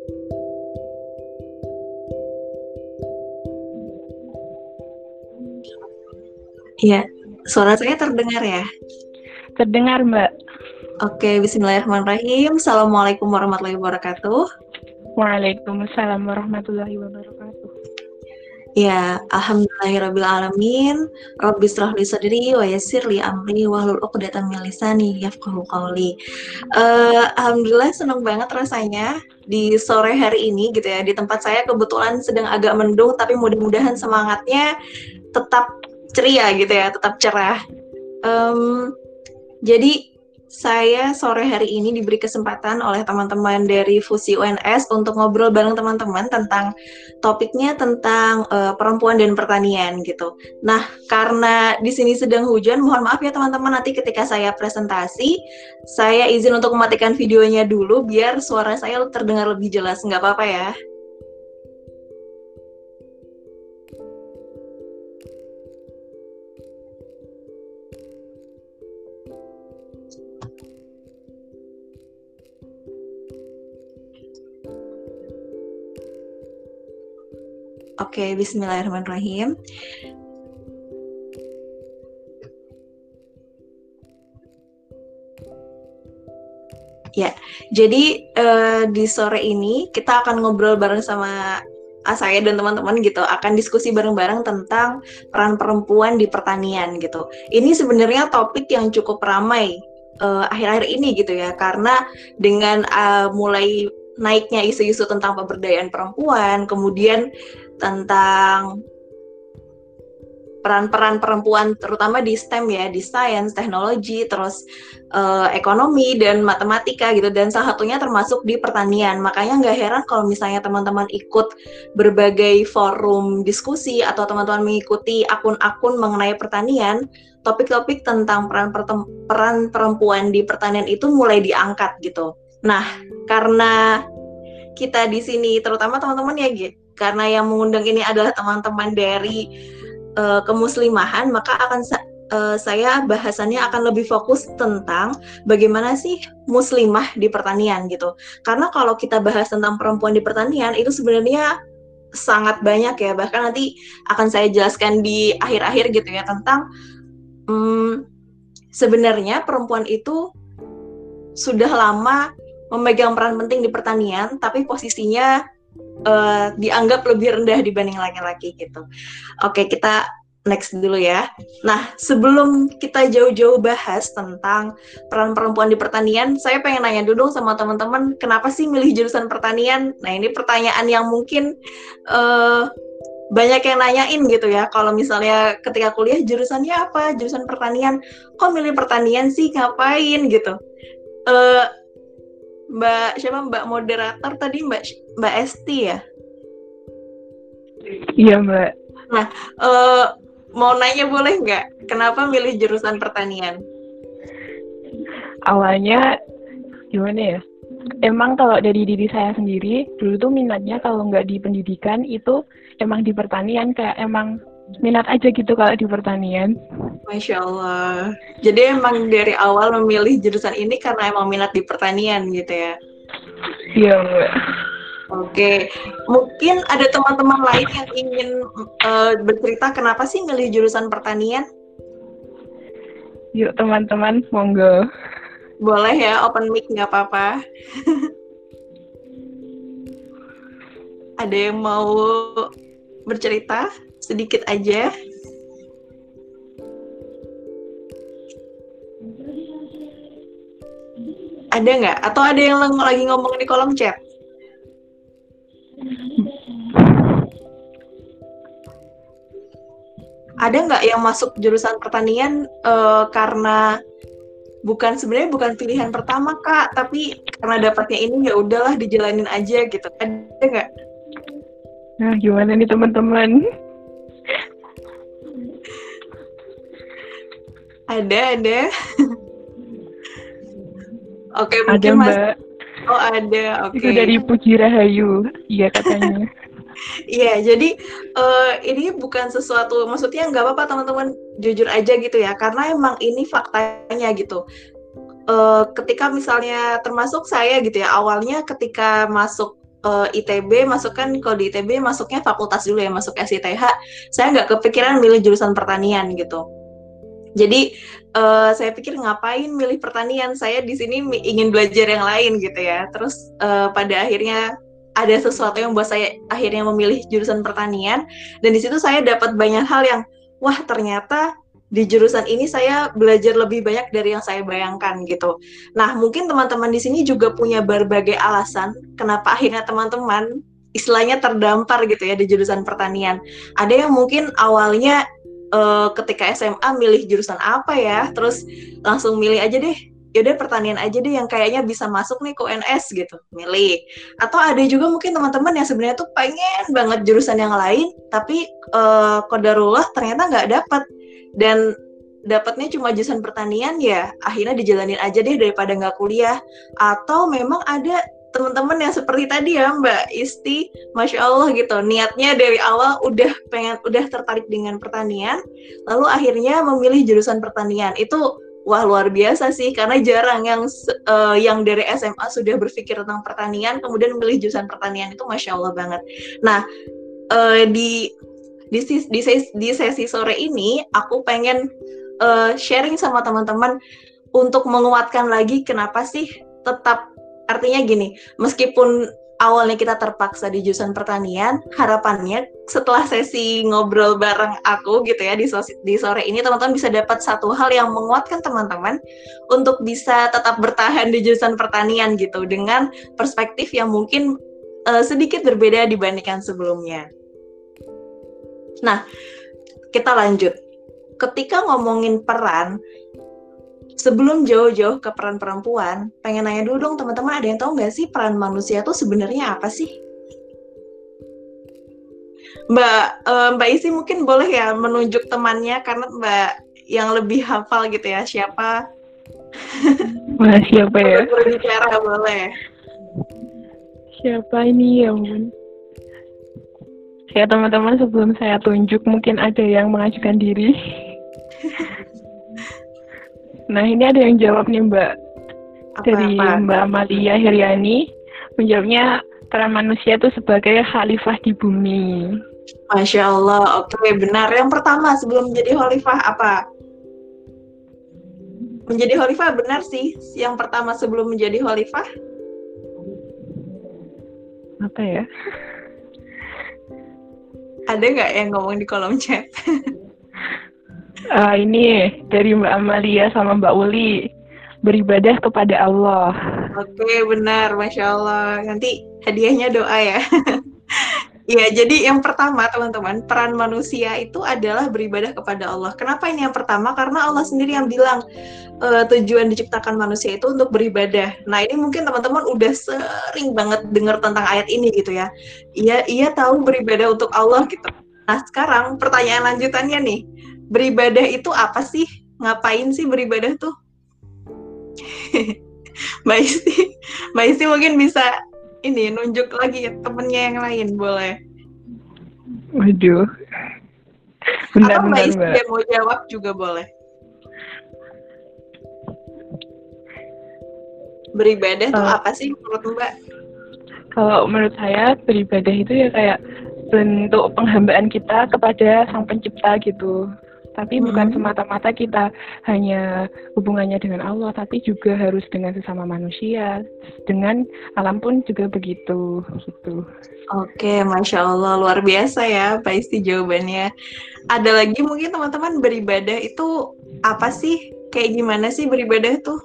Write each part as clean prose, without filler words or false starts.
Iya, suara saya terdengar ya? Terdengar, Mbak. Oke, bismillahirrahmanirrahim. Assalamualaikum warahmatullahi wabarakatuh. Waalaikumsalam warahmatullahi wabarakatuh. Ya, alhamdulillahirrabbilalamin. Rabbi shrah li sadri wa yassir li amri wahlul 'uqdatam min lisani yafqahu qawli. Alhamdulillah senang banget rasanya di sore hari ini gitu ya. Di tempat saya kebetulan sedang agak mendung, tapi mudah-mudahan semangatnya tetap ceria gitu ya, tetap cerah. Jadi saya sore hari ini diberi kesempatan oleh teman-teman dari Fusi UNS untuk ngobrol bareng teman-teman tentang topiknya tentang perempuan dan pertanian gitu. Nah, karena di sini sedang hujan, mohon maaf ya teman-teman, nanti ketika saya presentasi, saya izin untuk mematikan videonya dulu biar suara saya terdengar lebih jelas, nggak apa-apa ya? Oke, bismillahirrahmanirrahim. Ya, jadi di sore ini kita akan ngobrol bareng sama saya dan teman-teman gitu, akan diskusi bareng-bareng tentang peran perempuan di pertanian gitu. Ini sebenarnya topik yang cukup ramai akhir-akhir ini gitu ya, karena dengan mulai naiknya isu-isu tentang pemberdayaan perempuan, kemudian tentang peran-peran perempuan terutama di STEM ya, di sains, teknologi, terus ekonomi dan matematika gitu, dan salah satunya termasuk di pertanian. Makanya nggak heran kalau misalnya teman-teman ikut berbagai forum diskusi atau teman-teman mengikuti akun-akun mengenai pertanian, topik-topik tentang peran perempuan di pertanian itu mulai diangkat gitu. Nah, karena kita di sini terutama teman-teman ya gitu, karena yang mengundang ini adalah teman-teman dari kemuslimahan, maka saya bahasannya akan lebih fokus tentang bagaimana sih muslimah di pertanian gitu. Karena kalau kita bahas tentang perempuan di pertanian itu sebenarnya sangat banyak ya, bahkan nanti akan saya jelaskan di akhir-akhir gitu ya tentang sebenarnya perempuan itu sudah lama memegang peran penting di pertanian, tapi posisinya dianggap lebih rendah dibanding laki-laki gitu. Oke, kita next dulu ya. Nah, sebelum kita jauh-jauh bahas tentang peran perempuan di pertanian, saya pengen nanya dulu dong sama teman-teman, kenapa sih milih jurusan pertanian? Nah, ini pertanyaan yang mungkin banyak yang nanyain gitu ya. Kalau misalnya ketika kuliah jurusannya apa? Jurusan pertanian. Kok milih pertanian sih? Ngapain gitu? Mbak siapa? Mbak moderator tadi Mbak Esti ya? Iya, Mbak. Nah, mau nanya boleh nggak? Kenapa milih jurusan pertanian? Awalnya gimana ya? Emang kalau dari diri saya sendiri, dulu tuh minatnya kalau nggak di pendidikan itu emang di pertanian, kayak emang minat aja gitu kalau di pertanian. Masya Allah. Jadi emang dari awal memilih jurusan ini karena emang minat di pertanian gitu ya? Iya, Mbak. Oke, mungkin ada teman-teman lain yang ingin bercerita kenapa sih milih jurusan pertanian? Yuk teman-teman, monggo. Boleh ya, open mic nggak apa-apa. Ada yang mau bercerita? Sedikit aja. Ada nggak? Atau ada yang lagi ngomong di kolom chat? Ada nggak yang masuk jurusan pertanian karena sebenarnya bukan pilihan pertama Kak, tapi karena dapatnya ini ya udahlah dijalanin aja gitu. Ada nggak? Nah, gimana nih teman-teman? Ada. Oke, Ada, mungkin Mas. Mbak. Oh, ada. Oke. Itu dari Puji Rahayu. Iya katanya. Iya, jadi ini bukan sesuatu, maksudnya nggak apa-apa teman-teman, jujur aja gitu ya, karena emang ini faktanya gitu. Ketika misalnya termasuk saya gitu ya, awalnya ketika masuk ITB masukkan, kalau di ITB masuknya fakultas dulu ya, masuk SITH. Saya nggak kepikiran milih jurusan pertanian gitu. Jadi saya pikir ngapain milih pertanian? Saya di sini ingin belajar yang lain gitu ya. Terus pada akhirnya ada sesuatu yang buat saya akhirnya memilih jurusan pertanian, dan di situ saya dapat banyak hal yang wah ternyata di jurusan ini saya belajar lebih banyak dari yang saya bayangkan gitu. Nah, mungkin teman-teman di sini juga punya berbagai alasan kenapa akhirnya teman-teman istilahnya terdampar gitu ya di jurusan pertanian. Ada yang mungkin awalnya ketika SMA milih jurusan apa ya, terus langsung milih aja deh, yaudah pertanian aja deh yang kayaknya bisa masuk nih ke UNS gitu, milih. Atau ada juga mungkin teman-teman yang sebenarnya tuh pengen banget jurusan yang lain, tapi qadarullah ternyata nggak dapat, dan dapatnya cuma jurusan pertanian, ya akhirnya dijalanin aja deh daripada nggak kuliah. Atau memang ada teman-teman yang seperti tadi ya Mbak Isti, Masya Allah gitu, niatnya dari awal udah tertarik dengan pertanian, lalu akhirnya memilih jurusan pertanian. Itu wah luar biasa sih, karena jarang yang dari SMA sudah berpikir tentang pertanian kemudian memilih jurusan pertanian, itu Masya Allah banget. Nah, di sesi sore ini aku pengen sharing sama teman-teman untuk menguatkan lagi kenapa sih tetap, artinya gini, meskipun awalnya kita terpaksa di jurusan pertanian, harapannya setelah sesi ngobrol bareng aku gitu ya di sore ini, teman-teman bisa dapat satu hal yang menguatkan teman-teman untuk bisa tetap bertahan di jurusan pertanian gitu, dengan perspektif yang mungkin sedikit berbeda dibandingkan sebelumnya. Nah, kita lanjut. Ketika ngomongin peran, sebelum jauh-jauh ke peran perempuan, pengen nanya dulu dong teman-teman, ada yang tahu nggak sih peran manusia itu sebenarnya apa sih? Mbak Isi mungkin boleh ya menunjuk temannya, karena Mbak yang lebih hafal gitu ya, siapa? Siapa ya? Berbicara boleh. Siapa ini ya ampun. Ya teman-teman, sebelum saya tunjuk mungkin ada yang mengajukan diri. Nah ini ada yang jawab nih Mbak. Dari Mbak Amalia Heriani, menjawabnya peran manusia itu sebagai khalifah di bumi. Masya Allah, oke benar. Yang pertama sebelum menjadi khalifah apa? Menjadi khalifah, benar sih. Yang pertama sebelum menjadi khalifah apa ya? Ada nggak yang ngomong di kolom chat? Ini dari Mbak Amalia sama Mbak Uli, beribadah kepada Allah. Oke, benar, Masya Allah. Nanti hadiahnya doa ya. Ya, jadi yang pertama teman-teman, peran manusia itu adalah beribadah kepada Allah. Kenapa ini yang pertama? Karena Allah sendiri yang bilang tujuan diciptakan manusia itu untuk beribadah. Nah, ini mungkin teman-teman udah sering banget dengar tentang ayat ini gitu ya. Ia tahu beribadah untuk Allah gitu. Nah, sekarang pertanyaan lanjutannya nih, beribadah itu apa sih? Ngapain sih beribadah tuh? Mbak Isti mungkin bisa ini nunjuk lagi temennya yang lain, boleh? Waduh. Bentar, atau Mbak Isti Mbak. yang mau jawab juga boleh. Beribadah tuh apa sih menurut Mbak? Kalau menurut saya beribadah itu ya kayak bentuk penghambaan kita kepada Sang Pencipta gitu. Tapi bukan semata-mata kita hanya hubungannya dengan Allah, tapi juga harus dengan sesama manusia, dengan alam pun juga begitu. Gitu. Oke, Masya Allah, luar biasa ya Pak Isti jawabannya. Ada lagi mungkin teman-teman, beribadah itu apa sih? Kayak gimana sih beribadah tuh?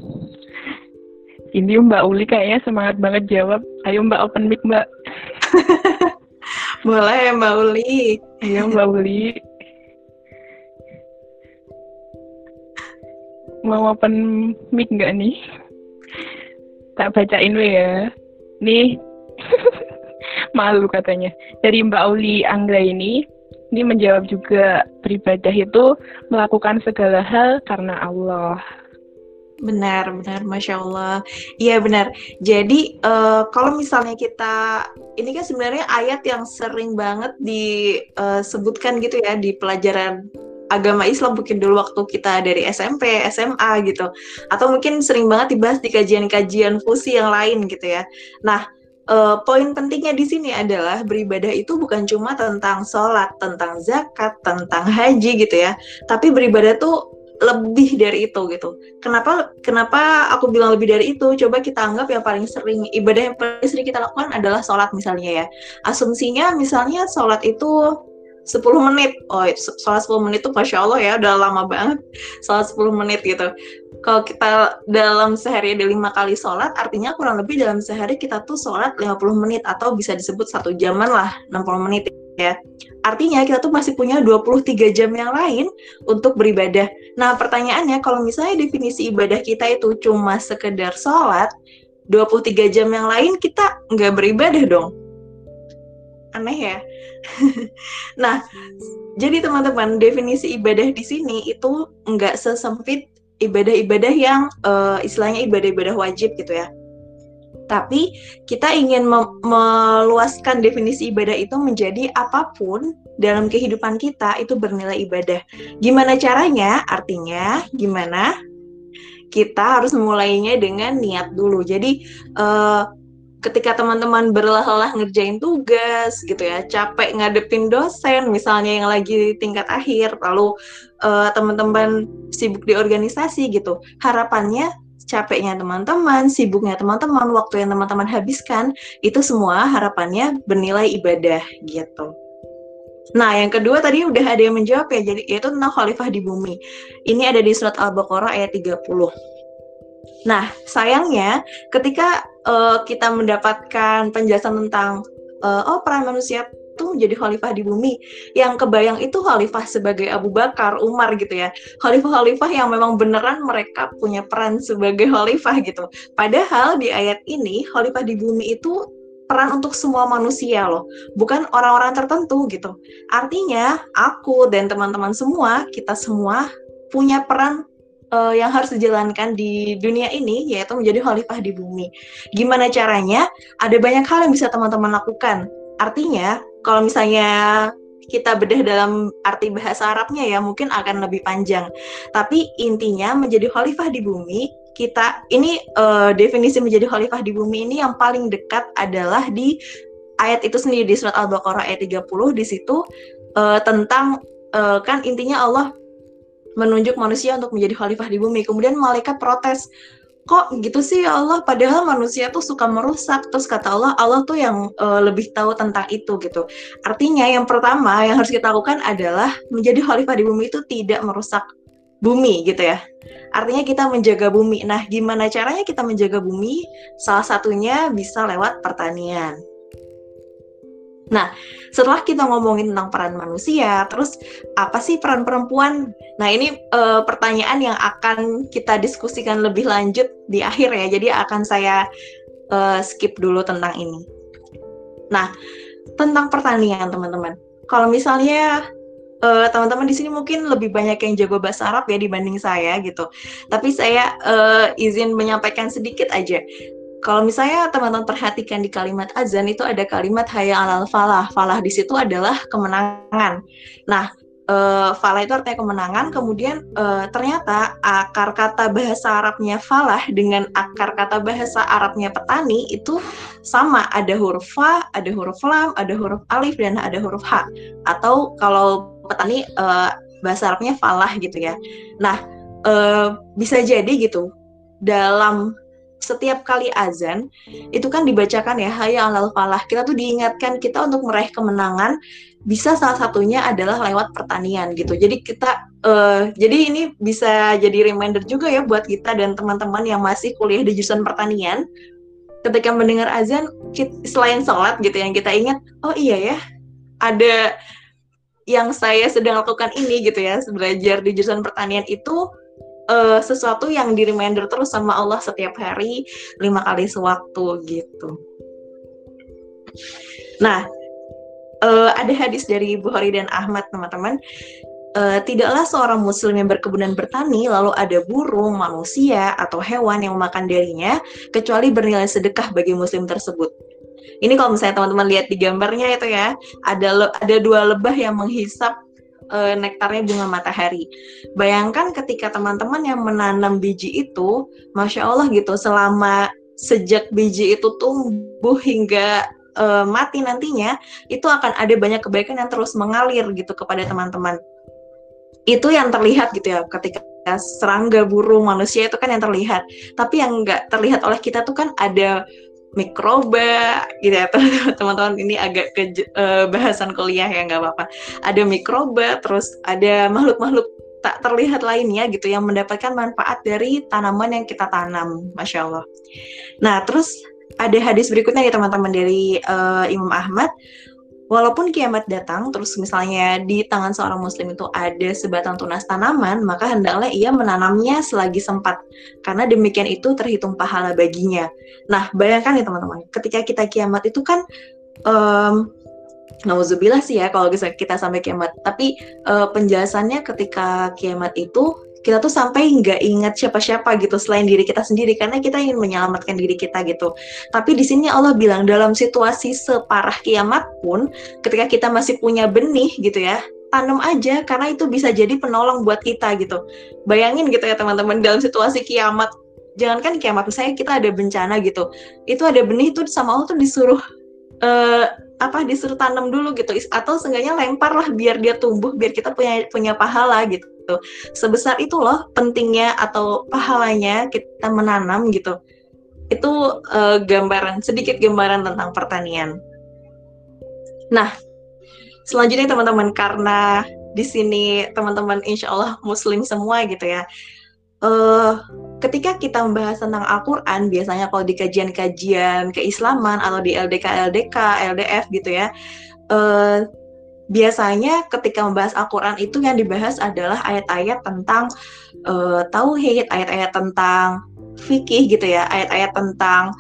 Ini Mbak Uli kayaknya semangat banget jawab. Ayo Mbak, open mic Mbak. Boleh Mbak Uli. Ayo Mbak Uli. Mau open mic nggak nih? Tak bacain ya. Nih, malu katanya. Dari Mbak Uli Anggra ini menjawab juga, beribadah itu melakukan segala hal karena Allah. Benar, Masya Allah. Iya benar. Jadi kalau misalnya kita, ini kan sebenarnya ayat yang sering banget disebutkan gitu ya di pelajaran agama Islam mungkin dulu waktu kita dari SMP, SMA gitu. Atau mungkin sering banget dibahas di kajian-kajian fusi yang lain gitu ya. Nah, poin pentingnya di sini adalah beribadah itu bukan cuma tentang sholat, tentang zakat, tentang haji gitu ya, tapi beribadah tuh lebih dari itu gitu. Kenapa aku bilang lebih dari itu? Coba kita anggap yang paling sering ibadah yang paling sering kita lakukan adalah sholat misalnya ya. Asumsinya misalnya sholat itu 10 menit. Oh, sholat 10 menit itu Masya Allah ya, udah lama banget. Sholat 10 menit gitu. Kalau kita dalam sehari ada 5 kali sholat, artinya kurang lebih dalam sehari kita tuh sholat 50 menit atau bisa disebut 1 jaman lah, 60 menit ya. Artinya kita tuh masih punya 23 jam yang lain untuk beribadah. Nah pertanyaannya, kalau misalnya definisi ibadah kita itu cuma sekedar sholat, 23 jam yang lain kita nggak beribadah dong. Aneh ya. Nah, jadi teman-teman, definisi ibadah di sini itu nggak sesempit ibadah-ibadah yang istilahnya ibadah-ibadah wajib gitu ya. Tapi kita ingin meluaskan definisi ibadah itu menjadi apapun dalam kehidupan kita itu bernilai ibadah. Gimana caranya? Artinya gimana? Kita harus mulainya dengan niat dulu. Jadi ketika teman-teman berlelah-lelah ngerjain tugas gitu ya, capek ngadepin dosen misalnya yang lagi tingkat akhir, lalu teman-teman sibuk di organisasi gitu, harapannya capeknya teman-teman, sibuknya teman-teman, waktu yang teman-teman habiskan, itu semua harapannya bernilai ibadah gitu. Nah, yang kedua tadi udah ada yang menjawab ya, jadi yaitu tentang khalifah di bumi. Ini ada di surat Al-Baqarah ayat 30. Nah, sayangnya ketika kita mendapatkan penjelasan tentang peran manusia itu menjadi khalifah di bumi, yang kebayang itu khalifah sebagai Abu Bakar, Umar gitu ya. Khalifah-khalifah yang memang beneran mereka punya peran sebagai khalifah gitu. Padahal di ayat ini khalifah di bumi itu peran untuk semua manusia loh, bukan orang-orang tertentu gitu. Artinya aku dan teman-teman semua, kita semua punya peran yang harus dijalankan di dunia ini, yaitu menjadi khalifah di bumi. Gimana caranya? Ada banyak hal yang bisa teman-teman lakukan. Artinya, kalau misalnya kita bedah dalam arti bahasa Arabnya ya, mungkin akan lebih panjang. Tapi intinya menjadi khalifah di bumi, kita ini definisi menjadi khalifah di bumi ini yang paling dekat adalah di ayat itu sendiri, di surat Al-Baqarah ayat 30. Di situ tentang kan intinya Allah menunjuk manusia untuk menjadi khalifah di bumi. Kemudian malaikat protes, kok gitu sih ya Allah, padahal manusia tuh suka merusak. Terus kata Allah, Allah tuh yang lebih tahu tentang itu gitu. Artinya yang pertama yang harus kita lakukan adalah menjadi khalifah di bumi itu tidak merusak bumi gitu ya. Artinya kita menjaga bumi. Nah, gimana caranya kita menjaga bumi? Salah satunya bisa lewat pertanian. Nah, setelah kita ngomongin tentang peran manusia, terus apa sih peran perempuan? Nah, ini pertanyaan yang akan kita diskusikan lebih lanjut di akhir ya. Jadi akan saya skip dulu tentang ini. Nah, tentang pertanian teman-teman. Kalau misalnya teman-teman di sini mungkin lebih banyak yang jago bahasa Arab ya dibanding saya gitu. Tapi saya izin menyampaikan sedikit aja. Kalau misalnya teman-teman perhatikan di kalimat azan itu ada kalimat hayya 'alal falah. Falah di situ adalah kemenangan. Nah, falah itu artinya kemenangan. Kemudian ternyata akar kata bahasa Arabnya falah dengan akar kata bahasa Arabnya petani itu sama. Ada huruf fa, ada huruf lam, ada huruf alif, dan ada huruf ha. Atau kalau petani bahasa Arabnya falah gitu ya. Nah, bisa jadi gitu dalam setiap kali azan itu kan dibacakan ya hayya 'alal falah. Kita tuh diingatkan kita untuk meraih kemenangan, bisa salah satunya adalah lewat pertanian gitu. Jadi kita jadi ini bisa jadi reminder juga ya buat kita dan teman-teman yang masih kuliah di jurusan pertanian. Ketika mendengar azan, selain sholat gitu yang kita ingat, oh iya ya, ada yang saya sedang lakukan ini gitu ya, belajar di jurusan pertanian itu sesuatu yang di reminder terus sama Allah setiap hari 5 kali sewaktu gitu. Nah, ada hadis dari Bukhari dan Ahmad teman-teman. Tidaklah seorang muslim yang berkebun dan bertani lalu ada burung, manusia, atau hewan yang memakan darinya kecuali bernilai sedekah bagi muslim tersebut. Ini kalau misalnya teman-teman lihat di gambarnya itu ya, ada 2 lebah yang menghisap nektarnya bunga matahari. Bayangkan ketika teman-teman yang menanam biji itu, Masya Allah gitu, selama sejak biji itu tumbuh hingga mati nantinya, itu akan ada banyak kebaikan yang terus mengalir gitu kepada teman-teman. Itu yang terlihat gitu ya, ketika serangga, burung, manusia itu kan yang terlihat. Tapi yang nggak terlihat oleh kita tuh kan ada mikroba gitu ya teman-teman. Ini agak ke bahasan kuliah ya, nggak apa-apa. Ada mikroba, terus ada makhluk-makhluk tak terlihat lainnya gitu yang mendapatkan manfaat dari tanaman yang kita tanam. Masya Allah. Nah, terus ada hadis berikutnya nih teman-teman dari Imam Ahmad. Walaupun kiamat datang, terus misalnya di tangan seorang muslim itu ada sebatang tunas tanaman, maka hendaklah ia menanamnya selagi sempat, karena demikian itu terhitung pahala baginya. Nah, bayangkan nih teman-teman, ketika kita kiamat itu kan, nauzubillah sih ya kalau kita sampai kiamat, tapi penjelasannya ketika kiamat itu, kita tuh sampai nggak ingat siapa-siapa gitu selain diri kita sendiri, karena kita ingin menyelamatkan diri kita gitu. Tapi di sini Allah bilang dalam situasi separah kiamat pun, ketika kita masih punya benih gitu ya, tanam aja karena itu bisa jadi penolong buat kita gitu. Bayangin gitu ya teman-teman, dalam situasi kiamat, jangankan kiamat, misalnya kita ada bencana gitu, itu ada benih tuh sama Allah tuh disuruh disuruh tanam dulu gitu, atau seenggaknya lempar lah biar dia tumbuh, biar kita punya pahala gitu. Sebesar itu loh pentingnya atau pahalanya kita menanam gitu. Itu sedikit gambaran tentang pertanian. Nah, selanjutnya teman-teman, karena di sini teman-teman insya Allah muslim semua gitu ya. Ketika kita membahas tentang Al-Quran, biasanya kalau di kajian-kajian keislaman atau di LDK, LDF gitu ya, biasanya ketika membahas Al-Quran itu yang dibahas adalah ayat-ayat tentang tauhid, ayat-ayat tentang fikih gitu ya, ayat-ayat tentang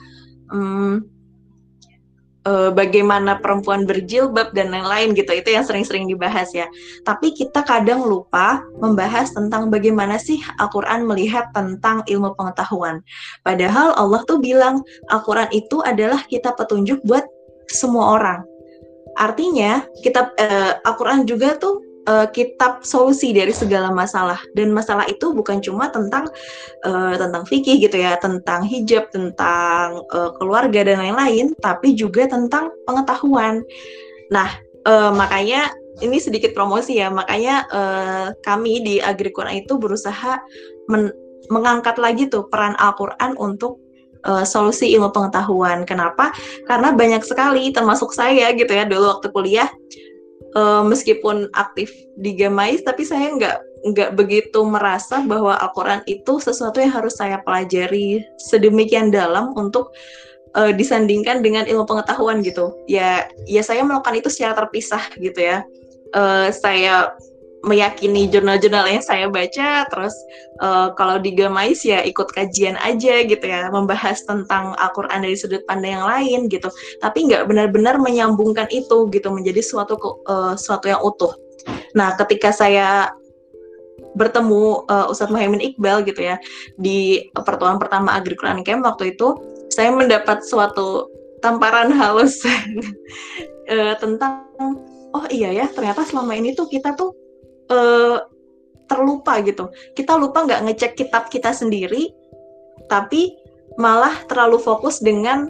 bagaimana perempuan berjilbab dan lain-lain gitu. Itu yang sering-sering dibahas ya. Tapi kita kadang lupa membahas tentang bagaimana sih Al-Quran melihat tentang ilmu pengetahuan. Padahal Allah tuh bilang Al-Quran itu adalah kitab petunjuk buat semua orang. Artinya kitab Al-Quran juga tuh kitab solusi dari segala masalah, dan masalah itu bukan cuma tentang fikih gitu ya, tentang hijab, tentang keluarga dan lain-lain, tapi juga tentang pengetahuan. Nah, makanya ini sedikit promosi ya, makanya kami di Agri-Quran itu berusaha mengangkat lagi tuh peran Al-Quran untuk solusi ilmu pengetahuan. Kenapa? Karena banyak sekali, termasuk saya gitu ya, dulu waktu kuliah, meskipun aktif di Gamais, tapi saya nggak begitu merasa bahwa Al-Quran itu sesuatu yang harus saya pelajari sedemikian dalam untuk disandingkan dengan ilmu pengetahuan gitu. Ya saya melakukan itu secara terpisah gitu ya. Saya meyakini jurnal-jurnal yang saya baca, terus kalau di Gamais ya ikut kajian aja gitu ya, membahas tentang Al-Quran dari sudut pandang yang lain gitu, tapi nggak benar-benar menyambungkan itu gitu menjadi suatu yang utuh. Nah, ketika saya bertemu Ustadz Muhaimin Iqbal gitu ya, di pertemuan pertama Agri-Quran Camp waktu itu, saya mendapat suatu tamparan halus tentang, oh iya ya, ternyata selama ini tuh kita tuh terlupa gitu. Kita lupa nggak ngecek kitab kita sendiri, tapi malah terlalu fokus dengan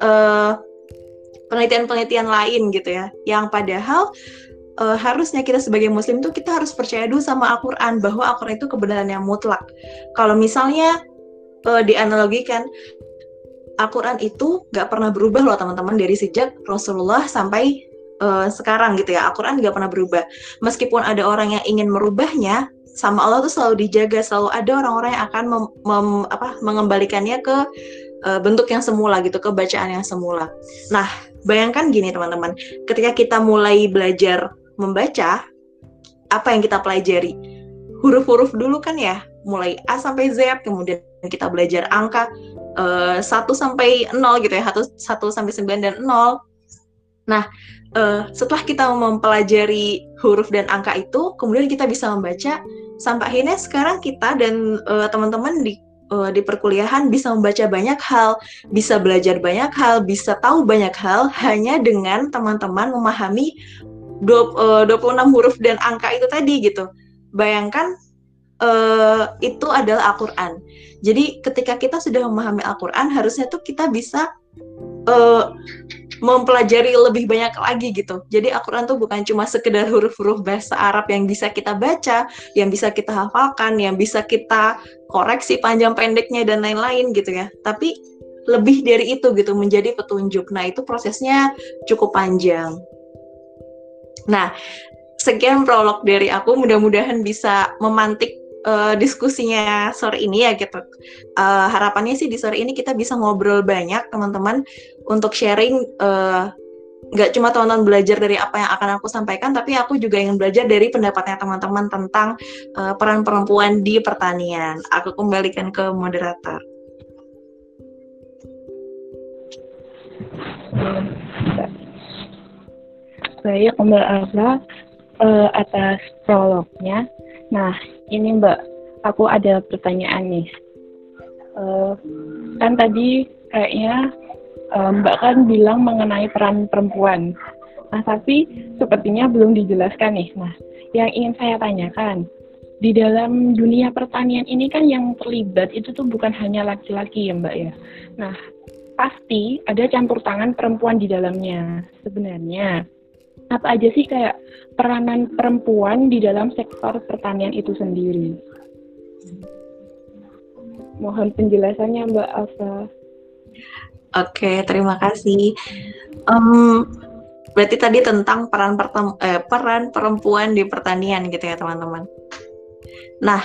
penelitian-penelitian lain gitu ya. Yang padahal harusnya kita sebagai muslim tuh kita harus percaya dulu sama Al-Quran, bahwa Al-Quran itu kebenaran yang mutlak. Kalau misalnya dianalogikan, Al-Quran itu nggak pernah berubah loh teman-teman, dari sejak Rasulullah sampai sekarang gitu ya. Al-Quran nggak pernah berubah. Meskipun ada orang yang ingin merubahnya, sama Allah tuh selalu dijaga, selalu ada orang-orang yang akan mengembalikannya ke bentuk yang semula gitu, ke bacaan yang semula. Nah, bayangkan gini teman-teman, ketika kita mulai belajar membaca, apa yang kita pelajari? Huruf-huruf dulu kan ya, mulai A sampai Z, kemudian kita belajar angka 1 sampai 0 gitu ya, 1 sampai 9 dan 0. Nah, setelah kita mempelajari huruf dan angka itu, kemudian kita bisa membaca, sampai akhirnya sekarang kita dan teman-teman di perkuliahan bisa membaca banyak hal, bisa belajar banyak hal, bisa tahu banyak hal, hanya dengan teman-teman memahami 26 huruf dan angka itu tadi gitu. Bayangkan itu adalah Al-Quran. Jadi ketika kita sudah memahami Al-Quran, harusnya tuh kita bisa eh, mempelajari lebih banyak lagi gitu. Jadi Al-Quran tuh bukan cuma sekedar huruf-huruf bahasa Arab yang bisa kita baca, yang bisa kita hafalkan, yang bisa kita koreksi panjang pendeknya dan lain-lain gitu ya. Tapi lebih dari itu gitu, menjadi petunjuk. Nah, itu prosesnya cukup panjang. Nah, sekian prolog dari aku, mudah-mudahan bisa memantik diskusinya sore ini ya gitu. Harapannya sih di sore ini kita bisa ngobrol banyak teman-teman untuk sharing, nggak cuma teman-teman belajar dari apa yang akan aku sampaikan, tapi aku juga ingin belajar dari pendapatnya teman-teman tentang peran perempuan di pertanian. Aku kembalikan ke moderator. Baik, Mbak Azra, atas prolognya. Nah, ini Mbak, aku ada pertanyaan nih. Kan tadi kayaknya Mbak kan bilang mengenai peran perempuan. Nah, tapi sepertinya belum dijelaskan nih. Nah, yang ingin saya tanyakan, di dalam dunia pertanian ini kan yang terlibat itu tuh bukan hanya laki-laki ya Mbak ya. Nah, pasti ada campur tangan perempuan di dalamnya. Sebenarnya, apa aja sih kayak peranan perempuan di dalam sektor pertanian itu sendiri? Mohon penjelasannya Mbak Alfa. Oke, terima kasih. Berarti tadi tentang peran perempuan di pertanian gitu ya teman-teman. Nah,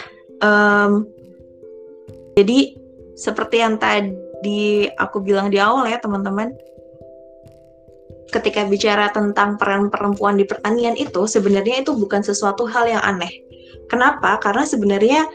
jadi seperti yang tadi aku bilang di awal ya teman-teman, ketika bicara tentang peran perempuan di pertanian itu sebenarnya itu bukan sesuatu hal yang aneh. Kenapa? Karena sebenarnya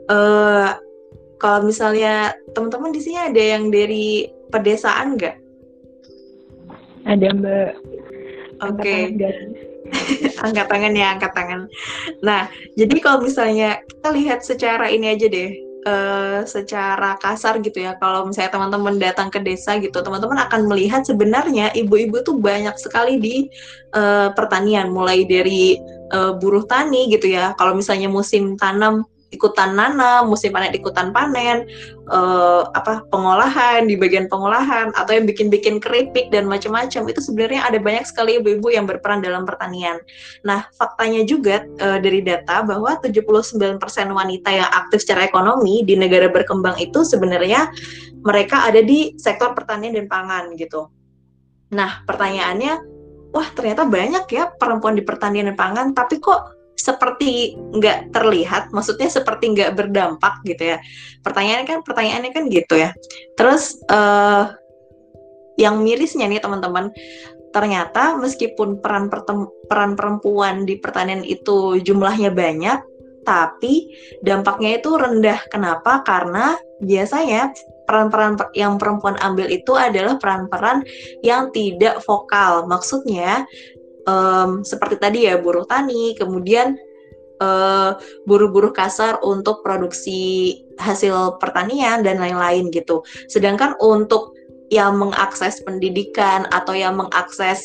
kalau misalnya teman-teman di sini ada yang dari pedesaan nggak? Ada Mbak. Oke. Angkat tangan ya, angkat tangan. Nah, jadi kalau misalnya kita lihat secara ini aja deh, secara kasar gitu ya, kalau misalnya teman-teman datang ke desa gitu, teman-teman akan melihat sebenarnya ibu-ibu tuh banyak sekali di pertanian, mulai dari buruh tani gitu ya. Kalau misalnya musim tanam ikutan nanam, musim panen ikutan panen, pengolahan di bagian pengolahan, atau yang bikin-bikin keripik dan macam-macam, itu sebenarnya ada banyak sekali ibu-ibu yang berperan dalam pertanian. Nah, faktanya juga dari data bahwa 79% wanita yang aktif secara ekonomi di negara berkembang itu sebenarnya mereka ada di sektor pertanian dan pangan gitu. Nah, pertanyaannya, wah ternyata banyak ya perempuan di pertanian dan pangan, tapi kok seperti nggak terlihat, maksudnya seperti nggak berdampak gitu ya. Pertanyaannya kan gitu ya. Terus yang mirisnya nih teman-teman, ternyata meskipun peran perempuan di pertanian itu jumlahnya banyak, tapi dampaknya itu rendah. Kenapa? Karena biasanya peran-peran yang perempuan ambil itu adalah peran-peran yang tidak vokal. Maksudnya seperti tadi ya, buruh tani, kemudian buruh-buruh kasar untuk produksi hasil pertanian dan lain-lain gitu. Sedangkan untuk yang mengakses pendidikan atau yang mengakses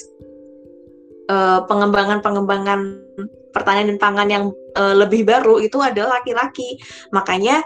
pengembangan pertanian dan pangan yang lebih baru itu adalah laki-laki. Makanya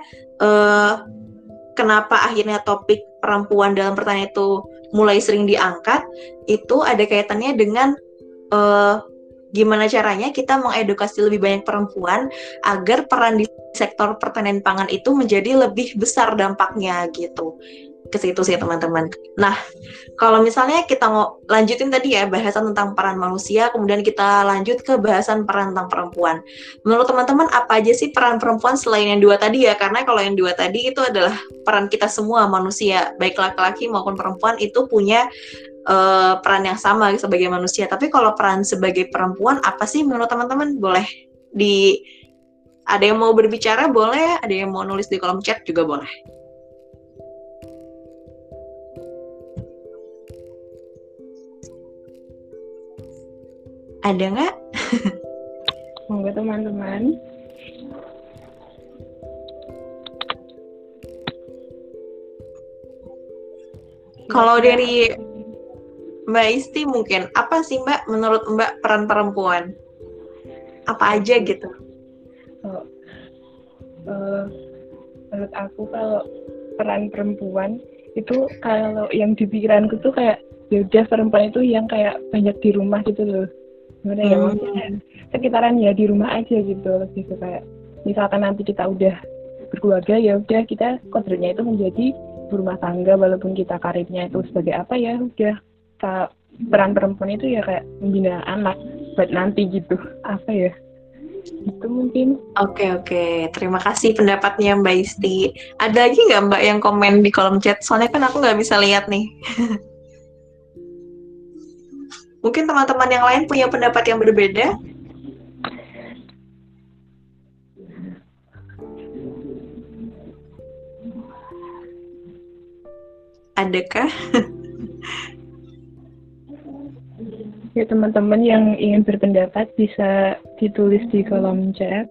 kenapa akhirnya topik perempuan dalam pertanian itu mulai sering diangkat, itu ada kaitannya dengan gimana caranya kita mengedukasi lebih banyak perempuan agar peran di sektor pertanian pangan itu menjadi lebih besar dampaknya gitu. Ke situ sih teman-teman. Nah, kalau misalnya kita mau lanjutin tadi ya bahasan tentang peran manusia, kemudian kita lanjut ke bahasan peran tentang perempuan. Menurut teman-teman apa aja sih peran perempuan selain yang dua tadi ya? Karena kalau yang dua tadi itu adalah peran kita semua manusia, baik laki-laki maupun perempuan itu punya peran yang sama sebagai manusia. Tapi kalau peran sebagai perempuan apa sih menurut teman-teman? Boleh ada yang mau berbicara boleh, ada yang mau nulis di kolom chat juga boleh. Ada nggak? Monggo teman-teman. Kalau dari Mbak Isti mungkin, apa sih Mbak menurut Mbak peran perempuan? Apa aja gitu? Eh, menurut aku kalau peran perempuan itu, kalau yang di pikiranku tuh kayak ya udah perempuan itu yang kayak banyak di rumah gitu loh. Gimana ya, maksudnya kayak sekitaran ya di rumah aja gitu, lebih ke kayak misalkan nanti kita udah berkeluarga ya udah kita kodratnya itu menjadi berumah tangga, walaupun kita karirnya itu sebagai apa ya udah peran perempuan itu ya kayak membina anak buat nanti gitu, apa ya, itu mungkin. Oke. Terima kasih pendapatnya Mbak Isti. Ada lagi nggak Mbak yang komen di kolom chat? Soalnya kan aku nggak bisa lihat nih. Mungkin teman-teman yang lain punya pendapat yang berbeda? Adakah? Ya teman-teman yang ingin berpendapat bisa ditulis di kolom chat.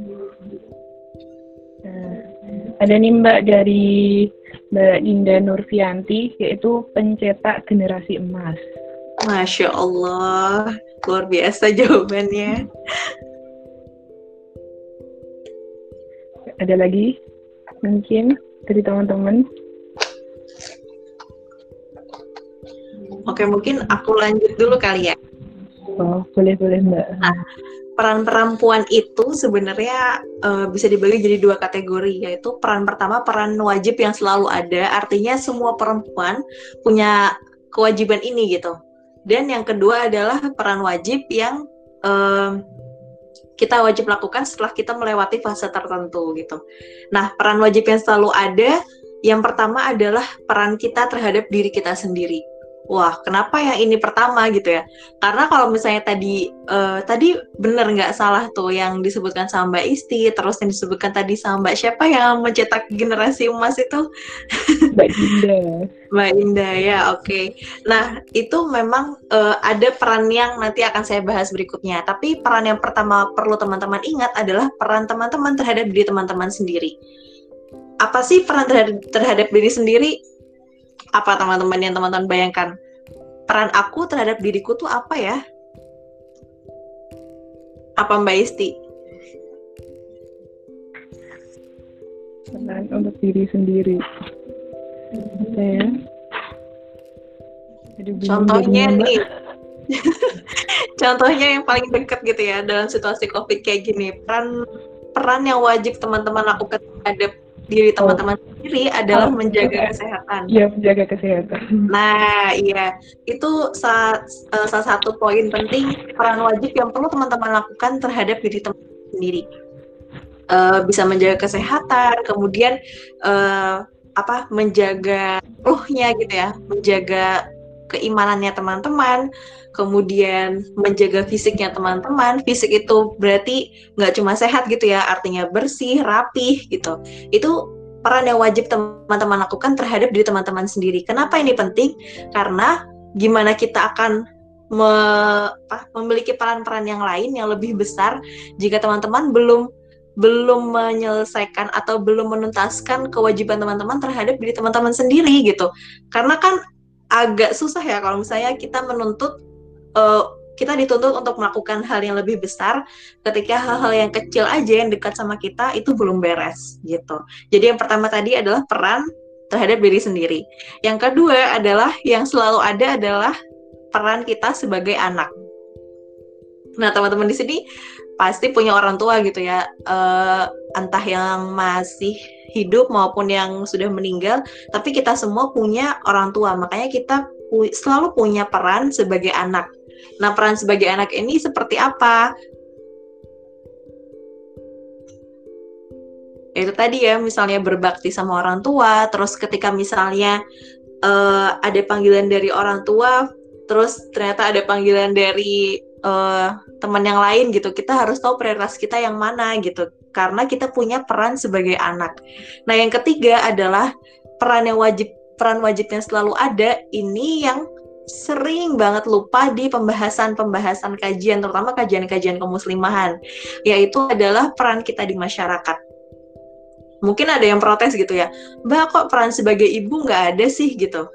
Nah, ada nih Mbak dari Mbak Dinda Nurfianti, yaitu pencetak generasi emas. Masya Allah, luar biasa jawabannya. Ada lagi mungkin dari teman-teman? Oke, mungkin aku lanjut dulu kali ya. Oh, boleh Mbak. Nah, peran perempuan itu sebenarnya bisa dibagi jadi dua kategori, yaitu peran pertama peran wajib yang selalu ada, artinya semua perempuan punya kewajiban ini gitu. Dan yang kedua adalah peran wajib yang kita wajib lakukan setelah kita melewati fase tertentu gitu. Nah, peran wajib yang selalu ada, yang pertama adalah peran kita terhadap diri kita sendiri. Wah, kenapa yang ini pertama gitu ya? Karena kalau misalnya tadi bener nggak salah tuh yang disebutkan sama Mbak Isti, terus yang disebutkan tadi sama Mbak siapa yang mencetak generasi emas itu? Mbak Dinda. Mbak Indah ya, oke. Nah, itu memang ada peran yang nanti akan saya bahas berikutnya. Tapi peran yang pertama perlu teman-teman ingat adalah peran teman-teman terhadap diri teman-teman sendiri. Apa sih peran terhadap diri sendiri? Apa teman-teman yang teman-teman bayangkan? Peran aku terhadap diriku tuh apa ya? Apa Mbak Isti? Peran untuk diri sendiri. Apa ya? Contohnya nih, contohnya yang paling dekat gitu ya dalam situasi COVID kayak gini, peran yang wajib teman-teman lakukan terhadap diri teman-teman sendiri adalah menjaga kesehatan. Iya, menjaga kesehatan. Nah, iya, itu salah satu poin penting peran wajib yang perlu teman-teman lakukan terhadap diri teman-teman sendiri. Bisa menjaga kesehatan, kemudian menjaga ruhnya gitu ya, menjaga keimanannya teman-teman, kemudian menjaga fisiknya teman-teman. Fisik itu berarti nggak cuma sehat gitu ya, artinya bersih, rapih gitu. Itu peran yang wajib teman-teman lakukan terhadap diri teman-teman sendiri. Kenapa ini penting? Karena gimana kita akan memiliki peran-peran yang lain yang lebih besar jika teman-teman belum menyelesaikan atau belum menuntaskan kewajiban teman-teman terhadap diri teman-teman sendiri gitu. Karena kan agak susah ya kalau misalnya kita kita dituntut untuk melakukan hal yang lebih besar ketika hal-hal yang kecil aja yang dekat sama kita itu belum beres gitu. Jadi yang pertama tadi adalah peran terhadap diri sendiri. Yang kedua adalah yang selalu ada adalah peran kita sebagai anak. Nah, teman-teman di sini pasti punya orang tua gitu ya, entah yang masih hidup maupun yang sudah meninggal, tapi kita semua punya orang tua, makanya kita selalu punya peran sebagai anak. Nah, peran sebagai anak ini seperti apa? Itu tadi ya, misalnya berbakti sama orang tua, terus ketika misalnya ada panggilan dari orang tua, terus ternyata ada panggilan dari teman yang lain gitu, kita harus tahu prioritas kita yang mana gitu, karena kita punya peran sebagai anak. Nah, yang ketiga adalah peran wajib yang selalu ada, ini yang sering banget lupa di pembahasan kajian, terutama kajian-kajian kemuslimahan, yaitu adalah peran kita di masyarakat. Mungkin ada yang protes gitu ya, Mbak, kok peran sebagai ibu nggak ada sih gitu.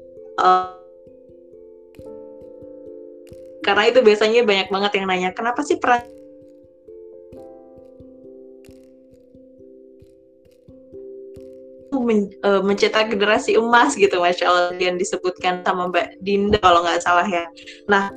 Karena itu biasanya banyak banget yang nanya, kenapa sih peran mencetak generasi emas gitu, Masya Allah, yang disebutkan sama Mbak Dinda kalau nggak salah ya. Nah,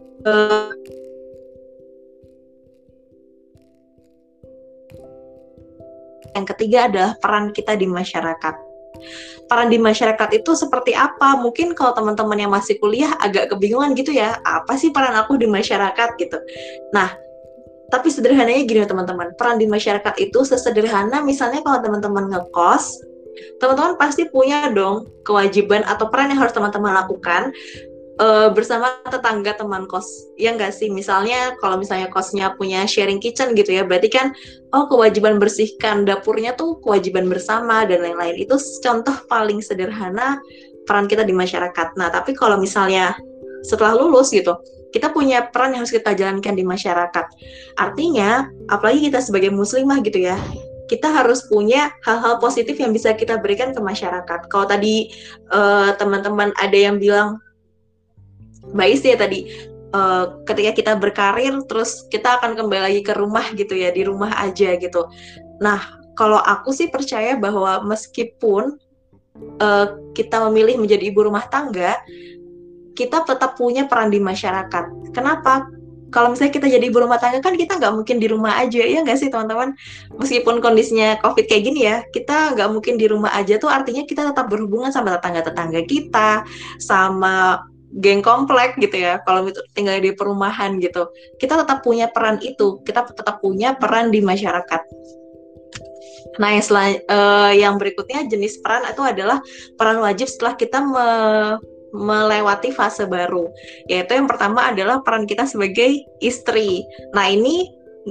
yang ketiga adalah peran kita di masyarakat. Peran di masyarakat itu seperti apa? Mungkin kalau teman-teman yang masih kuliah agak kebingungan gitu ya, apa sih peran aku di masyarakat gitu. Nah, tapi sederhananya gini teman-teman, peran di masyarakat itu sesederhana misalnya kalau teman-teman ngekos, teman-teman pasti punya dong kewajiban atau peran yang harus teman-teman lakukan bersama tetangga teman kos, ya nggak sih? Misalnya kalau misalnya kosnya punya sharing kitchen gitu ya, berarti kan kewajiban bersihkan dapurnya tuh kewajiban bersama dan lain-lain. Itu contoh paling sederhana peran kita di masyarakat. Nah, tapi kalau misalnya setelah lulus gitu, kita punya peran yang harus kita jalankan di masyarakat. Artinya, apalagi kita sebagai muslimah gitu ya, kita harus punya hal-hal positif yang bisa kita berikan ke masyarakat. Kalau tadi teman-teman ada yang bilang, Mbak Is ya tadi, ketika kita berkarir terus kita akan kembali lagi ke rumah gitu ya, di rumah aja gitu. Nah, kalau aku sih percaya bahwa meskipun kita memilih menjadi ibu rumah tangga, kita tetap punya peran di masyarakat. Kenapa? Kalau misalnya kita jadi ibu rumah tangga kan kita nggak mungkin di rumah aja, ya nggak sih teman-teman? Meskipun kondisinya COVID kayak gini ya, kita nggak mungkin di rumah aja tuh artinya kita tetap berhubungan sama tetangga-tetangga kita, sama geng komplek gitu ya, kalau tinggal di perumahan gitu. Kita tetap punya peran itu, kita tetap punya peran di masyarakat. Nah, yang berikutnya jenis peran itu adalah peran wajib setelah kita melewati fase baru, yaitu yang pertama adalah peran kita sebagai istri. Nah, ini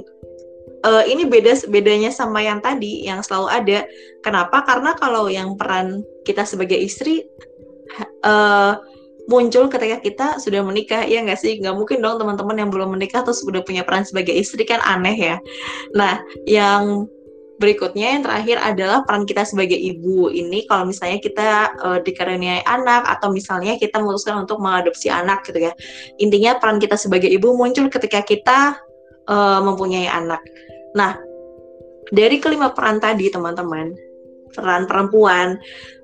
bedanya sama yang tadi yang selalu ada. Kenapa? Karena kalau yang peran kita sebagai istri muncul ketika kita sudah menikah, ya nggak sih? Nggak mungkin dong teman-teman yang belum menikah terus sudah punya peran sebagai istri, kan aneh ya. Nah, yang berikutnya yang terakhir adalah peran kita sebagai ibu. Ini kalau misalnya kita dikaruniai anak atau misalnya kita memutuskan untuk mengadopsi anak gitu ya. Intinya peran kita sebagai ibu muncul ketika kita mempunyai anak. Nah, dari kelima peran tadi teman-teman, peran perempuan,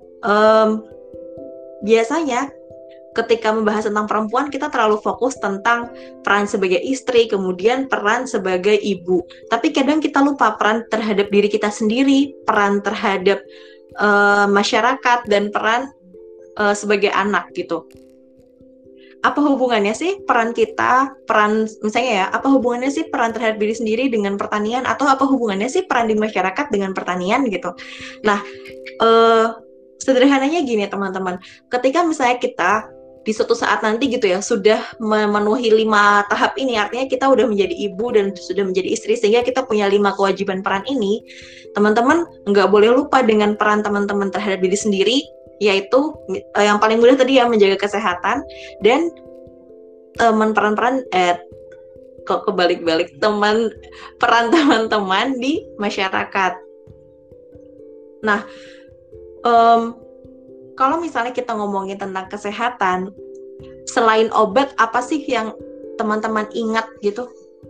biasanya ketika membahas tentang perempuan, kita terlalu fokus tentang peran sebagai istri, kemudian peran sebagai ibu. Tapi kadang kita lupa peran terhadap diri kita sendiri, peran terhadap masyarakat, dan peran sebagai anak gitu. Apa hubungannya sih peran kita, misalnya ya, apa hubungannya sih peran terhadap diri sendiri dengan pertanian, atau apa hubungannya sih peran di masyarakat dengan pertanian gitu. Nah, sederhananya gini teman-teman, ketika misalnya kita di suatu saat nanti gitu ya sudah memenuhi 5 tahap ini, artinya kita udah menjadi ibu dan sudah menjadi istri sehingga kita punya 5 kewajiban peran ini, teman-teman nggak boleh lupa dengan peran teman-teman terhadap diri sendiri, yaitu yang paling mudah tadi ya menjaga kesehatan, dan peran-peran kok kebalik-balik peran teman-teman di masyarakat. Nah, kalau misalnya kita ngomongin tentang kesehatan, selain obat, apa sih yang teman-teman ingat gitu?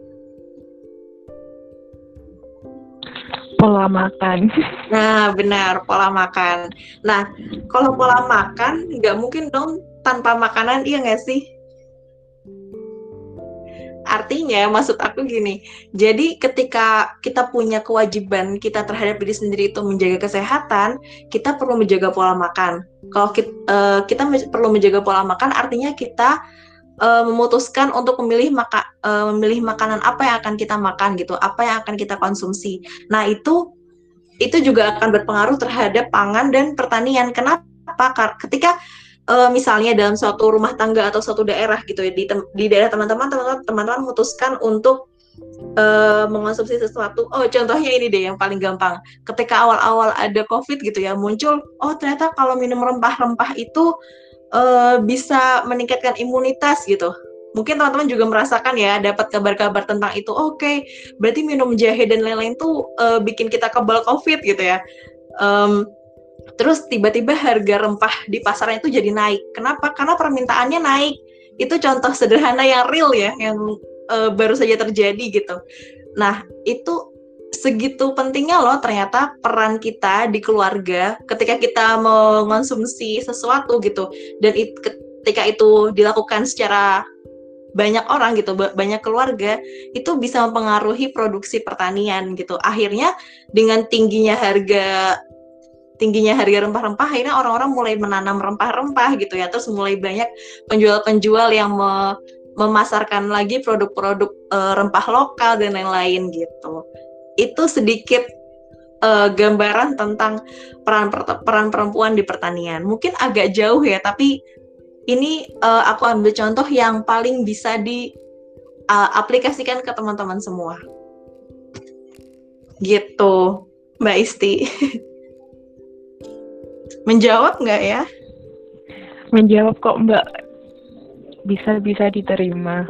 Pola makan. Nah, benar, pola makan. Nah, kalau pola makan, nggak mungkin dong tanpa makanan, iya nggak sih? Artinya, maksud aku gini, jadi ketika kita punya kewajiban kita terhadap diri sendiri itu menjaga kesehatan, kita perlu menjaga pola makan. Kalau kita perlu menjaga pola makan, artinya kita memutuskan untuk memilih makanan apa yang akan kita makan gitu, apa yang akan kita konsumsi. Nah, itu juga akan berpengaruh terhadap pangan dan pertanian. Kenapa? Ketika misalnya dalam suatu rumah tangga atau suatu daerah gitu ya, di daerah teman-teman memutuskan untuk mengonsumsi sesuatu. Contohnya ini deh yang paling gampang. Ketika awal-awal ada COVID gitu ya, muncul, ternyata kalau minum rempah-rempah itu bisa meningkatkan imunitas gitu. Mungkin teman-teman juga merasakan ya, dapat kabar-kabar tentang itu. Oke, berarti minum jahe dan lain-lain tuh bikin kita kebal COVID gitu ya. Terus tiba-tiba harga rempah di pasaran itu jadi naik. Kenapa? Karena permintaannya naik. Itu contoh sederhana yang real ya, yang baru saja terjadi gitu. Nah, itu segitu pentingnya loh ternyata peran kita di keluarga ketika kita mengonsumsi sesuatu gitu, dan ketika itu dilakukan secara banyak orang gitu, banyak keluarga, itu bisa mempengaruhi produksi pertanian gitu. Akhirnya dengan tingginya harga rempah-rempah, akhirnya orang-orang mulai menanam rempah-rempah gitu ya. Terus mulai banyak penjual-penjual yang memasarkan lagi produk-produk rempah lokal dan lain-lain gitu. Itu sedikit gambaran tentang peran perempuan di pertanian. Mungkin agak jauh ya, tapi ini aku ambil contoh yang paling bisa diaplikasikan ke teman-teman semua. Gitu, Mbak Isti. Menjawab nggak ya? Menjawab kok, Mbak. Bisa diterima.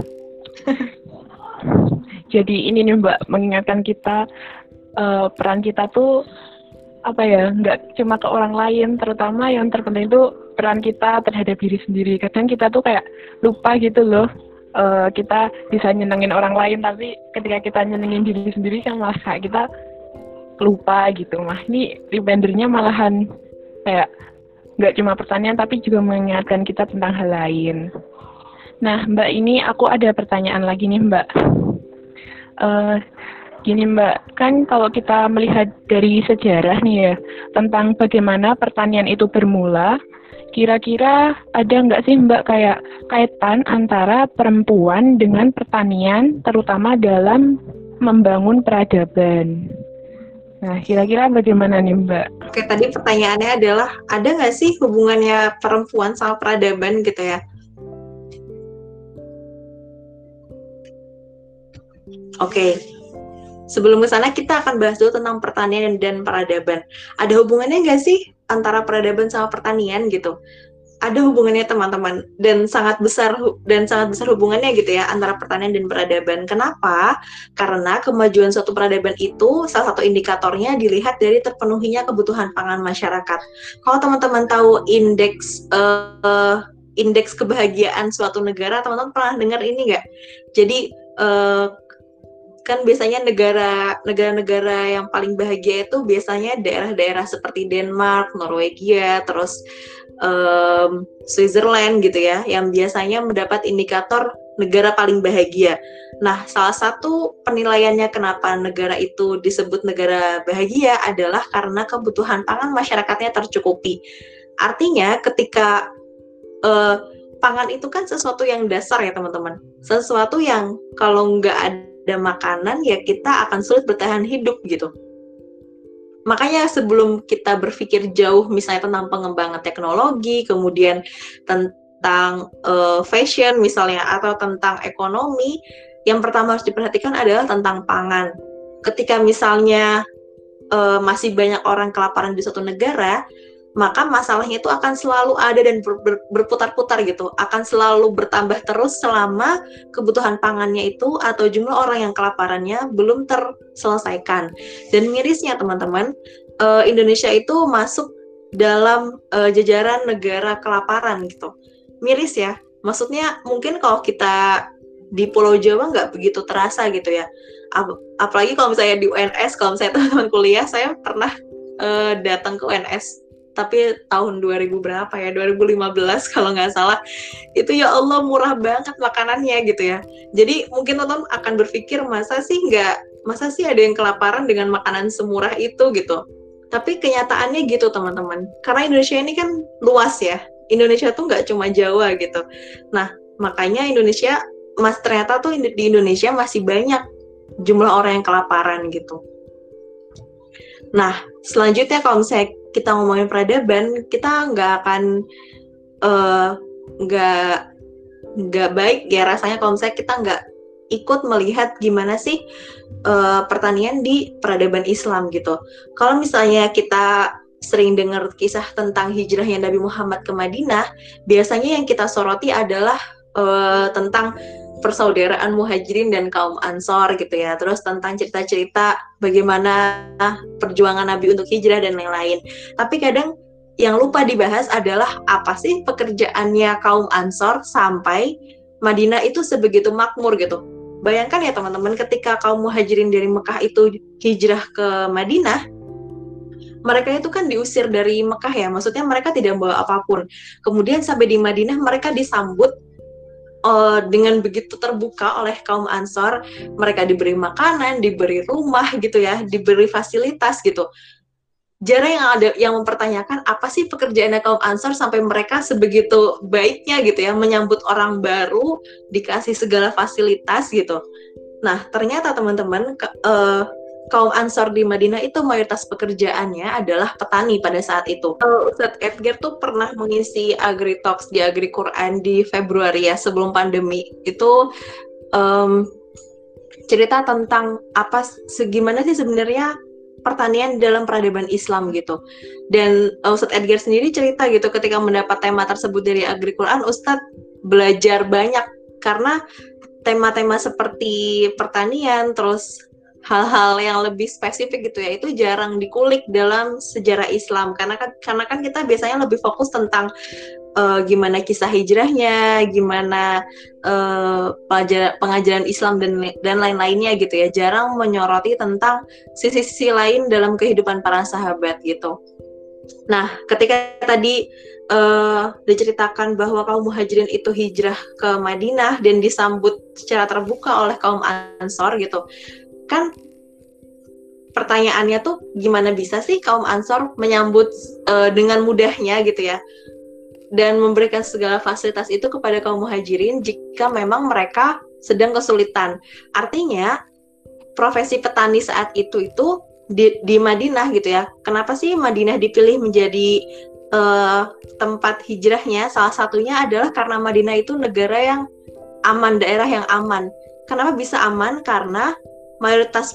Jadi ini nih, Mbak, mengingatkan kita peran kita tuh apa ya, nggak cuma ke orang lain, terutama yang terpenting itu peran kita terhadap diri sendiri. Kadang kita tuh kayak lupa gitu loh, kita bisa nyenengin orang lain, tapi ketika kita nyenengin diri sendiri kan malah kayak kita lupa gitu. Mah ini remindernya malahan kayak nggak cuma pertanian tapi juga mengingatkan kita tentang hal lain. Nah, Mbak, ini aku ada pertanyaan lagi nih, Mbak. Gini, Mbak, kan kalau kita melihat dari sejarah nih ya, tentang bagaimana pertanian itu bermula, kira-kira ada nggak sih, Mbak, kayak kaitan antara perempuan dengan pertanian, terutama dalam membangun peradaban? Nah, kira-kira bagaimana nih, Mbak? Oke, tadi pertanyaannya adalah, ada nggak sih hubungannya perempuan sama peradaban gitu ya? Oke. Sebelum ke sana, kita akan bahas dulu tentang pertanian dan peradaban. Ada hubungannya nggak sih antara peradaban sama pertanian gitu? Ada hubungannya, teman-teman, dan sangat besar hubungannya gitu ya antara pertanian dan peradaban. Kenapa? Karena kemajuan suatu peradaban itu salah satu indikatornya dilihat dari terpenuhinya kebutuhan pangan masyarakat. Kalau teman-teman tahu indeks kebahagiaan suatu negara, teman-teman pernah dengar ini nggak? Jadi kan biasanya negara-negara yang paling bahagia itu biasanya daerah-daerah seperti Denmark, Norwegia, terus Switzerland gitu ya, yang biasanya mendapat indikator negara paling bahagia. Nah, salah satu penilaiannya kenapa negara itu disebut negara bahagia adalah karena kebutuhan pangan masyarakatnya tercukupi. Artinya ketika pangan itu kan sesuatu yang dasar ya, teman-teman. Sesuatu yang kalau nggak ada makanan ya kita akan sulit bertahan hidup gitu. Makanya sebelum kita berpikir jauh misalnya tentang pengembangan teknologi, kemudian tentang fashion misalnya, atau tentang ekonomi, yang pertama harus diperhatikan adalah tentang pangan. Ketika misalnya masih banyak orang kelaparan di suatu negara, maka masalahnya itu akan selalu ada dan berputar-putar gitu, akan selalu bertambah terus selama kebutuhan pangannya itu atau jumlah orang yang kelaparannya belum terselesaikan. Dan mirisnya, teman-teman, Indonesia itu masuk dalam jajaran negara kelaparan gitu. Miris ya, maksudnya mungkin kalau kita di Pulau Jawa nggak begitu terasa gitu ya, apalagi kalau misalnya di UNS, kalau misalnya teman-teman kuliah, saya pernah datang ke UNS tapi tahun 2000 berapa ya, 2015 kalau nggak salah, itu ya Allah murah banget makanannya gitu ya. Jadi mungkin teman-teman akan berpikir masa sih ada yang kelaparan dengan makanan semurah itu gitu. Tapi kenyataannya gitu, teman-teman, karena Indonesia ini kan luas ya, Indonesia tuh nggak cuma Jawa gitu. Nah, makanya ternyata tuh di Indonesia masih banyak jumlah orang yang kelaparan gitu. Nah, selanjutnya kalau misalnya kita ngomongin peradaban, kita nggak akan nggak baik ya rasanya kalau misalnya kita nggak ikut melihat gimana sih pertanian di peradaban Islam gitu. Kalau misalnya kita sering dengar kisah tentang hijrahnya Nabi Muhammad ke Madinah, biasanya yang kita soroti adalah tentang persaudaraan Muhajirin dan kaum Ansor gitu ya. Terus tentang cerita-cerita bagaimana perjuangan Nabi untuk hijrah dan lain-lain. Tapi kadang yang lupa dibahas adalah apa sih pekerjaannya kaum Ansor sampai Madinah itu sebegitu makmur gitu. bayangkan ya teman-teman, ketika kaum muhajirin dari Mekah itu hijrah ke Madinah, mereka itu kan diusir dari Mekah ya, maksudnya mereka tidak membawa apapun. Kemudian sampai di Madinah mereka disambut dengan begitu terbuka oleh kaum Ansor. Mereka diberi makanan, diberi rumah gitu ya, diberi fasilitas gitu. Jarang yang ada yang mempertanyakan apa sih pekerjaannya kaum Ansor sampai mereka sebegitu baiknya gitu ya, menyambut orang baru, dikasih segala fasilitas gitu. Nah, ternyata teman-teman, kaum Ansor di Madinah itu mayoritas pekerjaannya adalah petani pada saat itu. Ustadz Edgar tuh pernah mengisi Agri Talks di Agri Quran di Februari ya, sebelum pandemi. Itu cerita tentang segimana sih sebenarnya pertanian dalam peradaban Islam gitu. Dan Ustadz Edgar sendiri cerita gitu, ketika mendapat tema tersebut dari Agri Quran, Ustadz belajar banyak karena tema-tema seperti pertanian, terus hal-hal yang lebih spesifik gitu ya, itu jarang dikulik dalam sejarah Islam, karena kan kita biasanya lebih fokus tentang gimana kisah hijrahnya, gimana pengajaran Islam dan lain-lainnya gitu ya, jarang menyoroti tentang sisi-sisi lain dalam kehidupan para sahabat gitu. Nah, ketika tadi diceritakan bahwa kaum muhajirin itu hijrah ke Madinah dan disambut secara terbuka oleh kaum Ansor gitu, kan pertanyaannya tuh gimana bisa sih kaum Ansor menyambut dengan mudahnya gitu ya, dan memberikan segala fasilitas itu kepada kaum muhajirin jika memang mereka sedang kesulitan. Artinya profesi petani saat itu di Madinah gitu ya. Kenapa sih Madinah dipilih menjadi tempat hijrahnya? Salah satunya adalah karena Madinah itu negara yang aman, daerah yang aman. Kenapa bisa aman? Karena mayoritas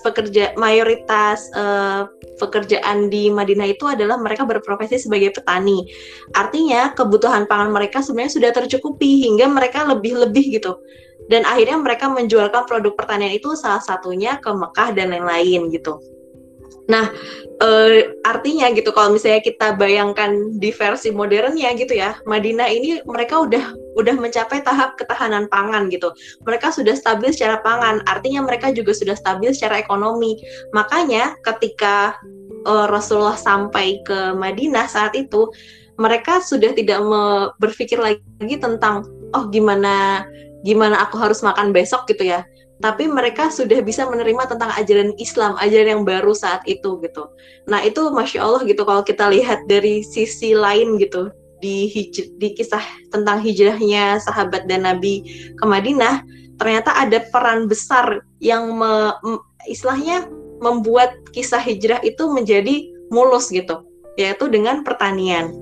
pekerjaan di Madinah itu adalah mereka berprofesi sebagai petani. Artinya kebutuhan pangan mereka sebenarnya sudah tercukupi hingga mereka lebih-lebih gitu. Dan akhirnya mereka menjualkan produk pertanian itu salah satunya ke Mekah dan lain-lain gitu. Nah, artinya gitu, kalau misalnya kita bayangkan di versi modernnya gitu ya, Madinah ini mereka udah mencapai tahap ketahanan pangan gitu. Mereka sudah stabil secara pangan, artinya mereka juga sudah stabil secara ekonomi. Makanya ketika Rasulullah sampai ke Madinah saat itu, mereka sudah tidak berpikir lagi tentang gimana aku harus makan besok gitu ya. Tapi mereka sudah bisa menerima tentang ajaran Islam, ajaran yang baru saat itu gitu. Nah itu Masya Allah gitu, kalau kita lihat dari sisi lain gitu, di kisah tentang hijrahnya sahabat dan Nabi ke Madinah, ternyata ada peran besar yang istilahnya membuat kisah hijrah itu menjadi mulus gitu, yaitu dengan pertanian.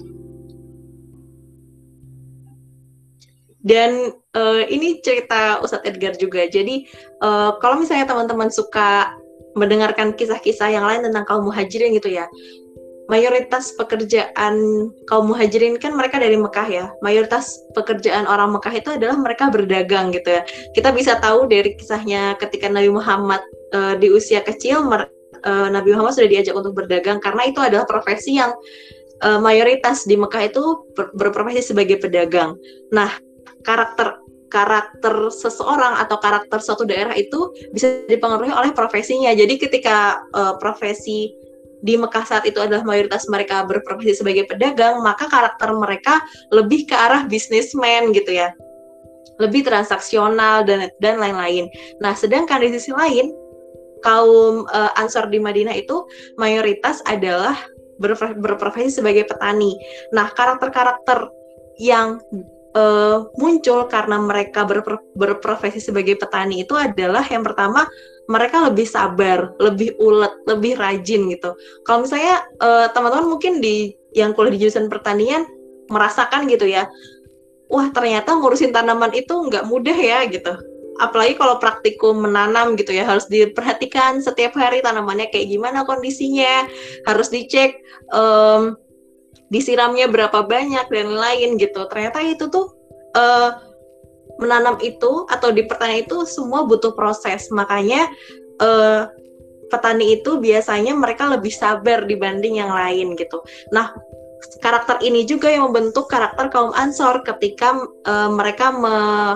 Dan ini cerita Ustadz Edgar juga. Jadi kalau misalnya teman-teman suka mendengarkan kisah-kisah yang lain tentang kaum muhajirin gitu ya, mayoritas pekerjaan kaum muhajirin kan mereka dari Mekah ya. Mayoritas pekerjaan orang Mekah itu adalah mereka berdagang gitu ya. Kita bisa tahu dari kisahnya ketika Nabi Muhammad di usia kecil, Nabi Muhammad sudah diajak untuk berdagang karena itu adalah profesi yang mayoritas di Mekah itu berprofesi sebagai pedagang. Nah, karakter seseorang atau karakter suatu daerah itu bisa dipengaruhi oleh profesinya. Jadi ketika profesi di Mekah saat itu adalah mayoritas mereka berprofesi sebagai pedagang, maka karakter mereka lebih ke arah bisnismen gitu ya, lebih transaksional dan lain-lain. Nah, sedangkan di sisi lain kaum Ansor di Madinah itu mayoritas adalah berprofesi sebagai petani. Nah, karakter-karakter yang muncul karena mereka berprofesi sebagai petani itu adalah yang pertama, mereka lebih sabar, lebih ulet, lebih rajin gitu. Kalau misalnya teman-teman mungkin yang kuliah di jurusan pertanian merasakan gitu ya, wah ternyata ngurusin tanaman itu nggak mudah ya gitu. Apalagi kalau praktikum menanam gitu ya, harus diperhatikan setiap hari tanamannya kayak gimana kondisinya, harus dicek disiramnya berapa banyak dan lain gitu. Ternyata itu tuh menanam itu atau di pertanian itu semua butuh proses. Makanya petani itu biasanya mereka lebih sabar dibanding yang lain gitu. Nah, karakter ini juga yang membentuk karakter kaum Ansor ketika mereka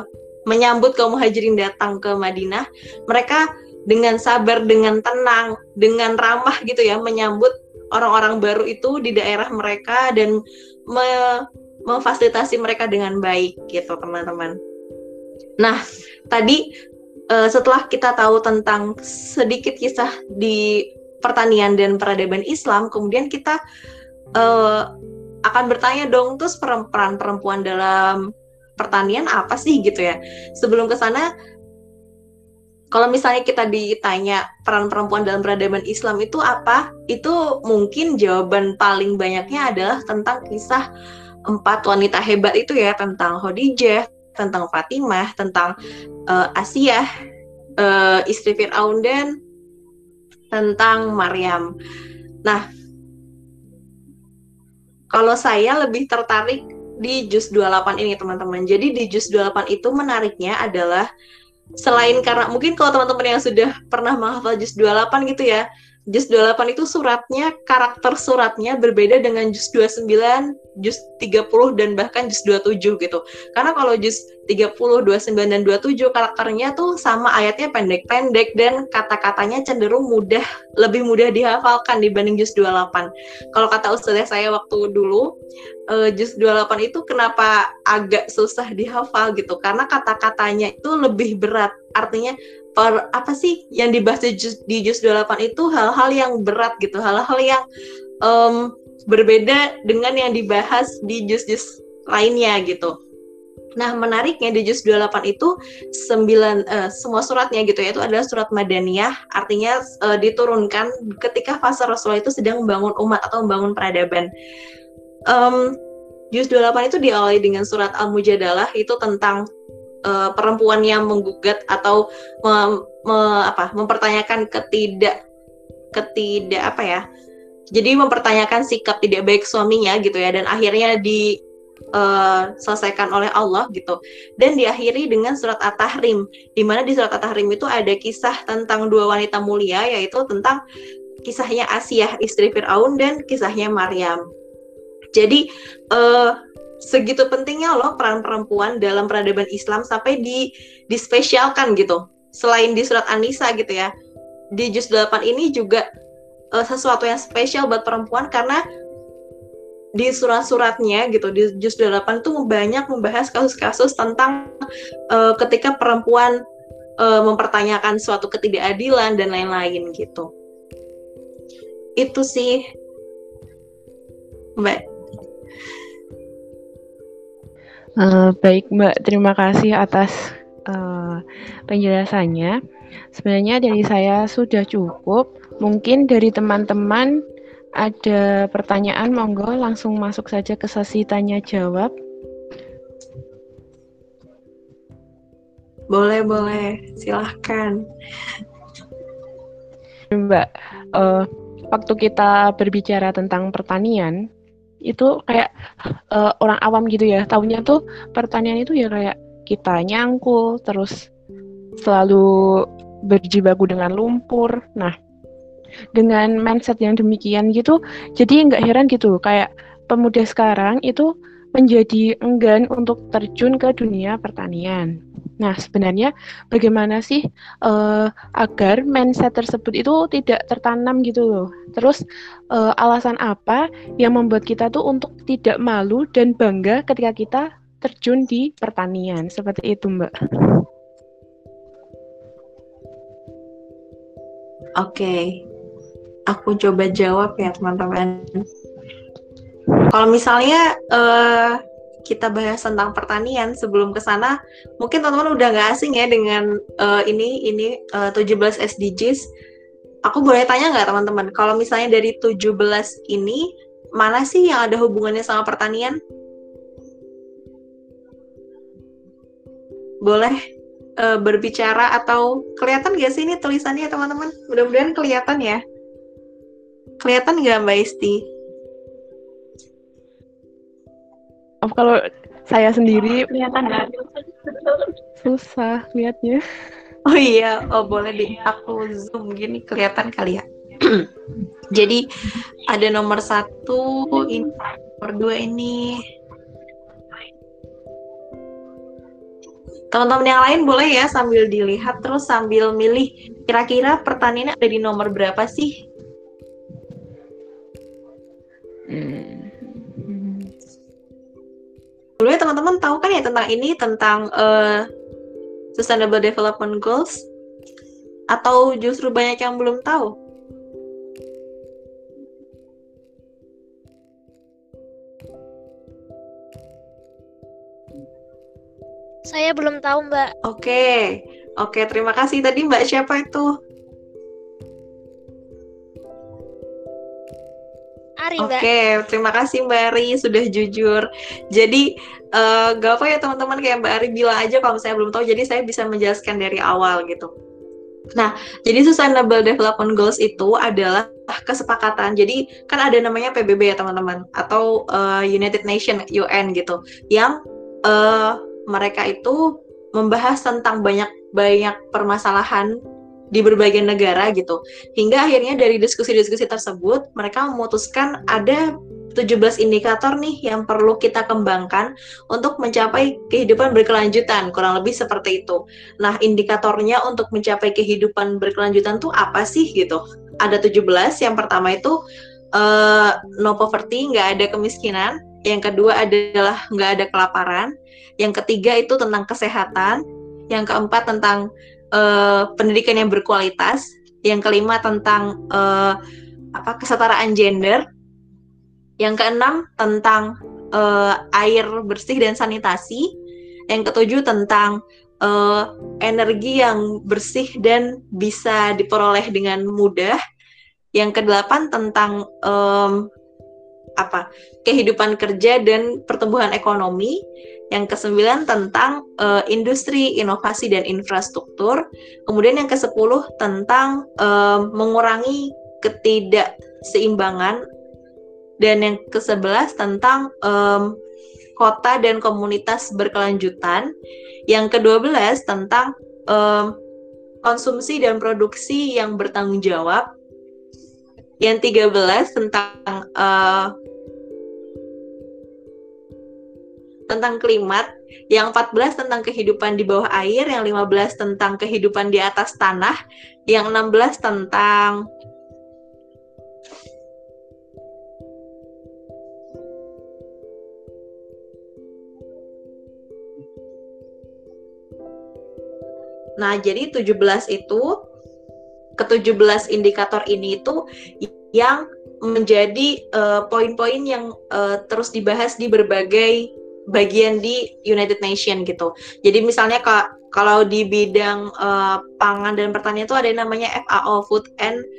menyambut kaum muhajirin datang ke Madinah, mereka dengan sabar, dengan tenang, dengan ramah gitu ya, menyambut orang-orang baru itu di daerah mereka dan memfasilitasi mereka dengan baik gitu teman-teman. Nah, tadi setelah kita tahu tentang sedikit kisah di pertanian dan peradaban Islam, kemudian kita akan bertanya dong, terus peran perempuan dalam pertanian apa sih gitu ya. Sebelum ke sana, kalau misalnya kita ditanya peran perempuan dalam peradaban Islam itu apa, itu mungkin jawaban paling banyaknya adalah tentang kisah 4 wanita hebat itu ya, tentang Khadijah, tentang Fatimah, tentang Asiyah, istri Fir'aun, dan tentang Maryam. Nah, kalau saya lebih tertarik di juz 28 ini teman-teman. Jadi di juz 28 itu menariknya adalah selain karena mungkin kalau teman-teman yang sudah pernah menghafal juz 28 gitu ya, juz 28 itu suratnya, karakter suratnya berbeda dengan juz 29, juz 30 dan bahkan juz 27 gitu. Karena kalau juz 30, 29 dan 27 karakternya tuh sama, ayatnya pendek-pendek dan kata-katanya cenderung lebih mudah dihafalkan dibanding juz 28. Kalau kata ustazah saya waktu dulu, juz 28 itu kenapa agak susah dihafal gitu, karena kata-katanya itu lebih berat. Artinya apa sih yang dibahas di juz 28 itu hal-hal yang berat gitu, hal-hal yang berbeda dengan yang dibahas di juz-juz lainnya gitu. Nah, menariknya di juz 28 itu semua suratnya gitu ya, itu adalah surat Madaniyah, artinya diturunkan ketika fase Rasulullah itu sedang membangun umat atau membangun peradaban. Juz 28 itu diawali dengan surat Al-Mujadalah, itu tentang perempuan yang menggugat atau mempertanyakan jadi mempertanyakan sikap tidak baik suaminya gitu ya, dan akhirnya diselesaikan oleh Allah gitu. Dan diakhiri dengan surat At-Tahrim, di mana di surat At-Tahrim itu ada kisah tentang 2 wanita mulia, yaitu tentang kisahnya Asiyah istri Fir'aun dan kisahnya Maryam. Jadi segitu pentingnya loh peran perempuan dalam peradaban Islam sampai dispesialkan gitu. Selain di surat An-Nisa gitu ya, di juz 8 ini juga sesuatu yang spesial buat perempuan, karena di surat-suratnya gitu, di juz 8 tuh banyak membahas kasus-kasus tentang ketika perempuan mempertanyakan suatu ketidakadilan dan lain-lain gitu. Itu sih, Mbak. Baik Mbak, terima kasih atas penjelasannya. Sebenarnya dari saya sudah cukup. Mungkin dari teman-teman ada pertanyaan, monggo langsung masuk saja ke sesi tanya jawab. Boleh, silahkan. Mbak, waktu kita berbicara tentang pertanian, itu kayak orang awam gitu ya, taunya tuh pertanian itu ya kayak kita nyangkul, terus selalu berjibaku dengan lumpur. Nah, dengan mindset yang demikian gitu, jadi nggak heran gitu, kayak pemuda sekarang itu menjadi enggan untuk terjun ke dunia pertanian. Nah, sebenarnya bagaimana sih agar mindset tersebut itu tidak tertanam gitu loh. Terus alasan apa yang membuat kita tuh untuk tidak malu dan bangga ketika kita terjun di pertanian? Seperti itu, Mbak. Oke. Aku coba jawab ya, teman-teman. Kalau misalnya kita bahas tentang pertanian, sebelum ke sana mungkin teman-teman udah nggak asing ya dengan ini 17 SDGs. Aku boleh tanya nggak teman-teman, kalau misalnya dari 17 ini mana sih yang ada hubungannya sama pertanian? Boleh berbicara, atau kelihatan nggak sih ini tulisannya teman-teman? Mudah-mudahan kelihatan ya. Kelihatan nggak Mbak Isti? Kalau saya sendiri kelihatan nggak? Susah lihatnya. Oh iya, boleh aku zoom gini, kelihatan kali ya. Jadi ada nomor 1, ini, nomor 2 ini. Teman-teman yang lain boleh ya sambil dilihat terus sambil milih kira-kira pertanian ada di nomor berapa sih? Dulu ya teman-teman tahu kan ya tentang ini, tentang Sustainable Development Goals? Atau justru banyak yang belum tahu? Saya belum tahu, Mbak. Oke, terima kasih. Tadi Mbak siapa itu? Ari, Mbak. Oke, terima kasih Mbak Ari sudah jujur. Jadi gak apa ya teman-teman, kayak Mbak Ari bilang aja kalau misalnya belum tahu, jadi saya bisa menjelaskan dari awal gitu. Nah, jadi Sustainable Development Goals itu adalah kesepakatan. Jadi kan ada namanya PBB ya teman-teman, atau United Nations UN gitu, yang mereka itu membahas tentang banyak permasalahan di berbagai negara gitu. Hingga akhirnya dari diskusi-diskusi tersebut mereka memutuskan ada 17 indikator nih yang perlu kita kembangkan untuk mencapai kehidupan berkelanjutan, kurang lebih seperti itu. Nah, indikatornya untuk mencapai kehidupan berkelanjutan tuh apa sih gitu? Ada 17. Yang pertama itu no poverty, nggak ada kemiskinan. Yang kedua adalah nggak ada kelaparan. Yang ketiga itu tentang kesehatan. Yang keempat tentang pendidikan yang berkualitas. Yang kelima tentang kesetaraan gender. Yang keenam tentang air bersih dan sanitasi. Yang ketujuh tentang energi yang bersih dan bisa diperoleh dengan mudah. Yang kedelapan tentang kehidupan kerja dan pertumbuhan ekonomi. Yang kesembilan tentang industri, inovasi, dan infrastruktur. Kemudian yang kesepuluh tentang mengurangi ketidakseimbangan. Dan yang ke-11 tentang kota dan komunitas berkelanjutan. Yang ke-12 tentang konsumsi dan produksi yang bertanggung jawab. Yang 13 tentang klimat. Yang 14 tentang kehidupan di bawah air. Yang 15 tentang kehidupan di atas tanah. Yang 16 tentang Nah, jadi 17 itu, ke-17 indikator ini itu yang menjadi poin-poin yang terus dibahas di berbagai bagian di United Nations gitu. Jadi misalnya kalau di bidang pangan dan pertanian itu ada yang namanya FAO, Food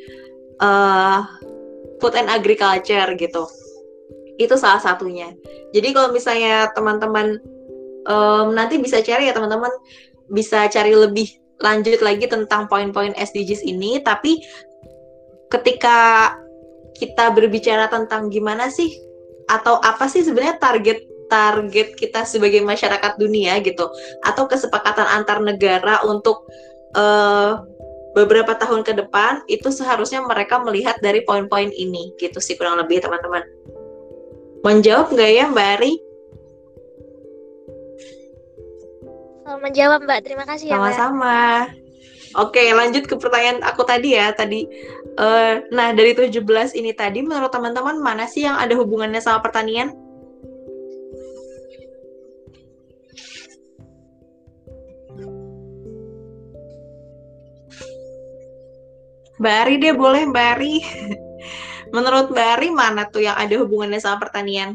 and Agriculture gitu. Itu salah satunya. Jadi kalau misalnya teman-teman nanti bisa cari ya teman-teman, bisa cari lebih lanjut lagi tentang poin-poin SDGs ini. Tapi ketika kita berbicara tentang gimana sih atau apa sih sebenarnya target kita sebagai masyarakat dunia gitu, atau kesepakatan antar negara untuk beberapa tahun ke depan, itu seharusnya mereka melihat dari poin-poin ini gitu sih kurang lebih teman-teman. Menjawab nggak ya Mbak Ari? Menjawab, Mbak. Terima kasih ya, Mbak. Sama-sama. Oke, lanjut ke pertanyaan aku tadi ya. Nah, dari 17 ini tadi, menurut teman-teman, mana sih yang ada hubungannya sama pertanian? Mbak Ari deh, boleh Mbak Ari. Menurut Mbak Ari, mana tuh yang ada hubungannya sama pertanian?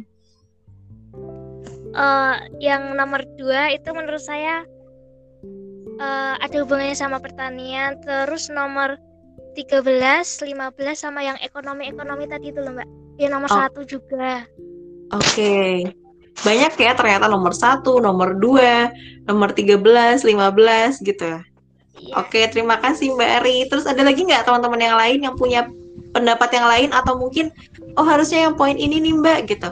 Yang nomor 2 itu menurut saya ada hubungannya sama pertanian. Terus nomor 13, 15 sama yang ekonomi tadi itu loh, Mbak. Ya nomor 1 juga. Oke. Banyak ya ternyata nomor 1, nomor 2, nomor 13, 15 gitu ya. Iya. Oke, terima kasih Mbak Ari. Terus ada lagi nggak teman-teman yang lain yang punya pendapat yang lain, atau mungkin harusnya yang poin ini nih Mbak gitu?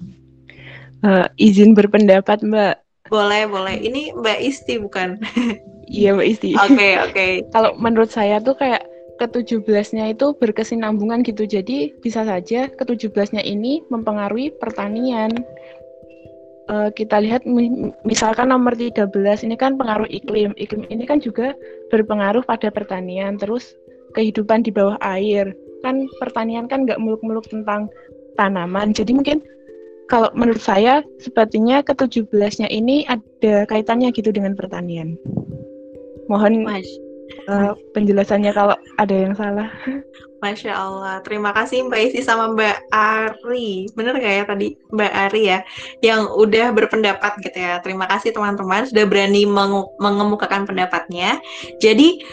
Izin berpendapat Mbak. Boleh. Ini Mbak Isti bukan? Iya Mbak Isti. Oke. Kalau menurut saya tuh kayak ke-17-nya itu berkesinambungan gitu. Jadi bisa saja ke-17-nya ini mempengaruhi pertanian. kita lihat misalkan nomor 13 ini kan pengaruh iklim. Iklim ini kan juga berpengaruh pada pertanian, terus kehidupan di bawah air. Kan pertanian kan nggak muluk-muluk tentang tanaman. Jadi mungkin kalau menurut saya sepertinya ke-17-nya ini ada kaitannya gitu dengan pertanian. Mohon penjelasannya kalau ada yang salah. Masya Allah, terima kasih Mbak Isi sama Mbak Ari. Bener nggak ya tadi Mbak Ari ya, yang udah berpendapat gitu ya. Terima kasih teman-teman sudah berani mengemukakan pendapatnya. Jadi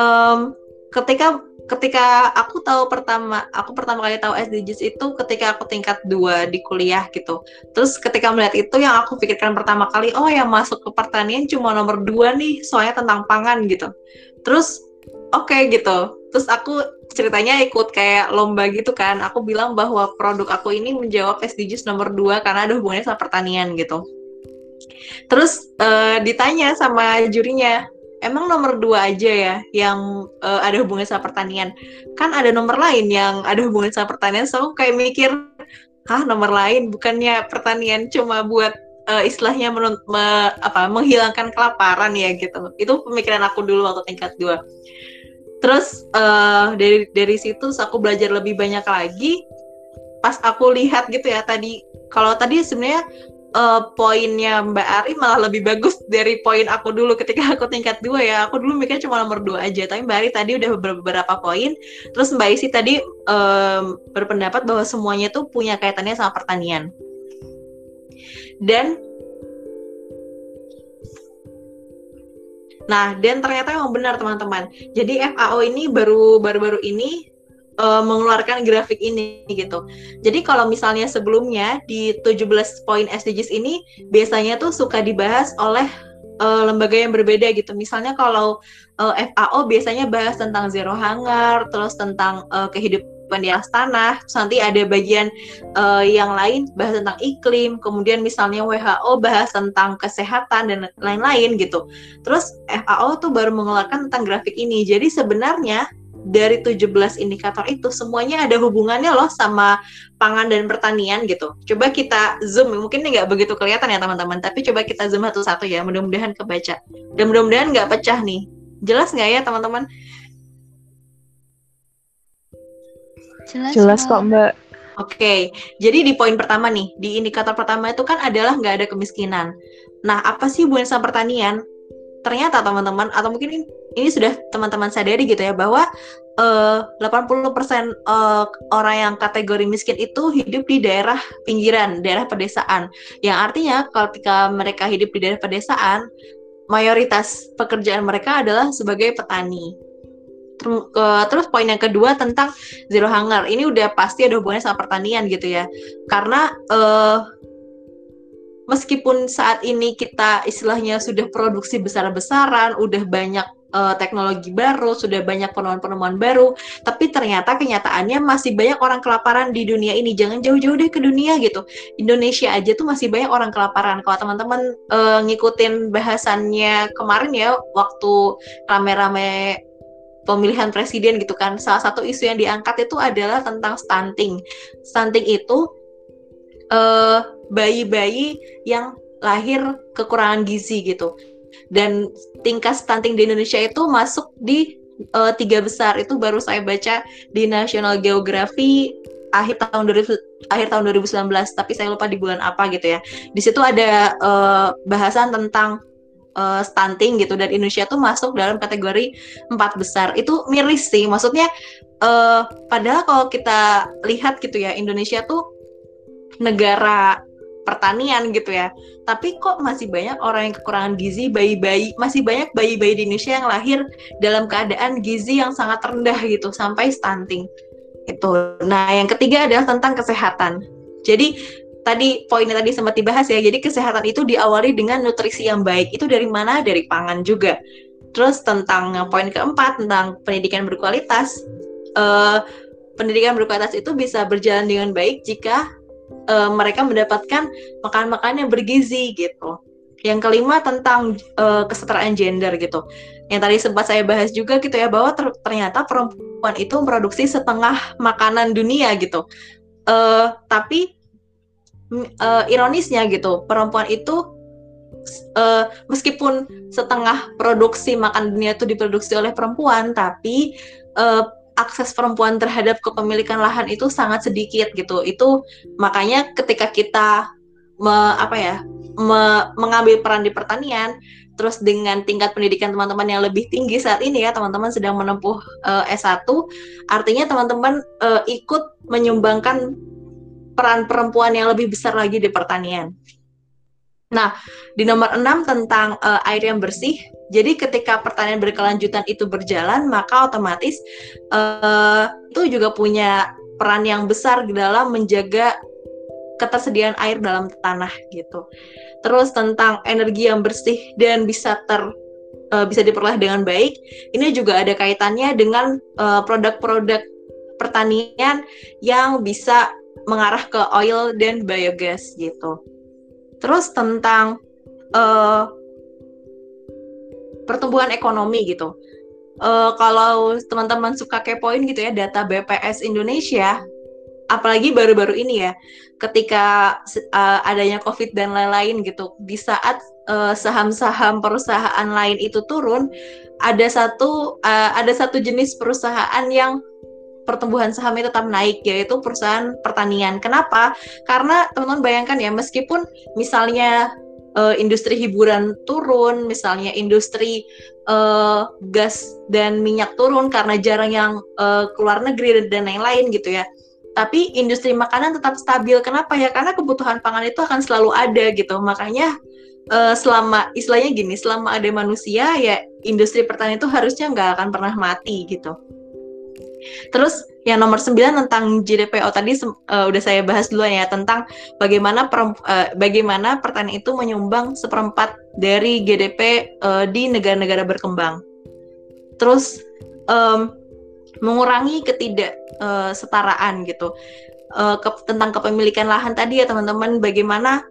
ketika aku pertama kali tahu SDGs itu ketika aku tingkat 2 di kuliah gitu. Terus ketika melihat itu yang aku pikirkan pertama kali, oh yang masuk ke pertanian cuma nomor 2 nih, soalnya tentang pangan gitu. Terus oke gitu. Terus aku ceritanya ikut kayak lomba gitu kan. Aku bilang bahwa produk aku ini menjawab SDGs nomor 2 karena ada hubungannya sama pertanian gitu. Terus ditanya sama jurinya, emang nomor 2 aja ya yang ada hubungannya sama pertanian? Kan ada nomor lain yang ada hubungannya sama pertanian. So aku kayak mikir, nomor lain bukannya pertanian cuma buat istilahnya menghilangkan kelaparan ya gitu. Itu pemikiran aku dulu waktu tingkat 2. Terus dari situ aku belajar lebih banyak lagi. Pas aku lihat gitu ya kalau tadi sebenarnya poinnya Mbak Ari malah lebih bagus dari poin aku dulu ketika aku tingkat 2 ya. Aku dulu mikirnya cuma nomor 2 aja, tapi Mbak Ari tadi udah beberapa poin. Terus Mbak Isi tadi berpendapat bahwa semuanya tuh punya kaitannya sama pertanian. Dan ternyata memang benar teman-teman. Jadi FAO ini baru-baru ini mengeluarkan grafik ini gitu. Jadi kalau misalnya sebelumnya di 17 poin SDGs ini biasanya tuh suka dibahas oleh lembaga yang berbeda gitu. Misalnya kalau FAO biasanya bahas tentang zero hunger, terus tentang kehidupan di atas tanah, terus nanti ada bagian yang lain bahas tentang iklim, kemudian misalnya WHO bahas tentang kesehatan dan lain-lain gitu. Terus FAO tuh baru mengeluarkan tentang grafik ini. Jadi sebenarnya dari 17 indikator itu semuanya ada hubungannya loh sama pangan dan pertanian gitu. Coba kita zoom, mungkin ini nggak begitu kelihatan ya teman-teman, tapi coba kita zoom satu-satu ya, mudah-mudahan kebaca. Dan mudah-mudahan nggak pecah nih. Jelas nggak ya teman-teman? Jelas kok Mbak. Oke, jadi di poin pertama nih, di indikator pertama itu kan adalah nggak ada kemiskinan. Nah, apa sih hubungan sama pertanian? Ternyata teman-teman, atau mungkin ini sudah teman-teman sadari gitu ya, bahwa 80% orang yang kategori miskin itu hidup di daerah pinggiran, daerah pedesaan. Yang artinya ketika mereka hidup di daerah pedesaan, mayoritas pekerjaan mereka adalah sebagai petani. Terus poin yang kedua tentang zero hunger. Ini udah pasti ada hubungannya sama pertanian gitu ya. Karena meskipun saat ini kita istilahnya sudah produksi besar-besaran, udah banyak teknologi baru, sudah banyak penemuan-penemuan baru, tapi ternyata kenyataannya masih banyak orang kelaparan di dunia ini. Jangan jauh-jauh deh ke dunia gitu. Indonesia aja tuh masih banyak orang kelaparan. Kalau teman-teman ngikutin bahasannya kemarin ya, waktu rame-rame pemilihan presiden gitu kan, salah satu isu yang diangkat itu adalah tentang stunting. Stunting itu bayi-bayi yang lahir kekurangan gizi gitu. Dan tingkat stunting di Indonesia itu masuk di 3 besar. Itu baru saya baca di National Geography akhir tahun 2019, tapi saya lupa di bulan apa gitu ya. Di situ ada bahasan tentang stunting gitu, dan Indonesia tuh masuk dalam kategori 4 besar. Itu miris sih, maksudnya padahal kalau kita lihat gitu ya, Indonesia tuh negara pertanian gitu ya, tapi kok masih banyak orang yang kekurangan gizi, masih banyak bayi-bayi di Indonesia yang lahir dalam keadaan gizi yang sangat rendah gitu, sampai stunting itu. Nah, yang ketiga adalah tentang kesehatan. Jadi tadi poinnya tadi sempat dibahas ya, jadi kesehatan itu diawali dengan nutrisi yang baik. Itu dari mana? Dari pangan juga. Terus tentang poin keempat tentang pendidikan berkualitas, pendidikan berkualitas itu bisa berjalan dengan baik jika mereka mendapatkan makanan-makanan yang bergizi gitu. Yang kelima tentang kesetaraan gender gitu. Yang tadi sempat saya bahas juga gitu ya, bahwa ternyata perempuan itu memproduksi setengah makanan dunia gitu. Tapi ironisnya gitu, perempuan itu meskipun setengah produksi makan dunia itu diproduksi oleh perempuan, tapi akses perempuan terhadap kepemilikan lahan itu sangat sedikit gitu. Itu makanya ketika kita mengambil peran di pertanian, terus dengan tingkat pendidikan teman-teman yang lebih tinggi saat ini ya, teman-teman sedang menempuh S1, artinya teman-teman ikut menyumbangkan peran perempuan yang lebih besar lagi di pertanian. Nah, di nomor 6 tentang air yang bersih. Jadi ketika pertanian berkelanjutan itu berjalan, maka otomatis itu juga punya peran yang besar di dalam menjaga ketersediaan air dalam tanah gitu. Terus tentang energi yang bersih dan bisa diperoleh dengan baik, ini juga ada kaitannya dengan produk-produk pertanian yang bisa mengarah ke oil dan biogas gitu. Terus tentang pertumbuhan ekonomi gitu. Kalau teman-teman suka kepoin gitu ya data BPS Indonesia, apalagi baru-baru ini ya, ketika adanya COVID dan lain-lain gitu, di saat saham-saham perusahaan lain itu turun, ada satu jenis perusahaan yang pertumbuhan sahamnya tetap naik, yaitu perusahaan pertanian. Kenapa? Karena teman-teman bayangkan ya, meskipun misalnya industri hiburan turun, misalnya industri gas dan minyak turun karena jarang yang keluar negeri dan lain-lain gitu ya, tapi industri makanan tetap stabil. Kenapa ya? Karena kebutuhan pangan itu akan selalu ada gitu. Makanya selama ada manusia ya, industri pertanian itu harusnya nggak akan pernah mati gitu. Terus yang nomor 9 tentang GDPO tadi udah saya bahas duluan ya, tentang bagaimana pertanian itu menyumbang 1/4 dari GDP di negara-negara berkembang. Terus mengurangi ketidaksetaraan gitu. Tentang kepemilikan lahan tadi ya teman-teman, bagaimana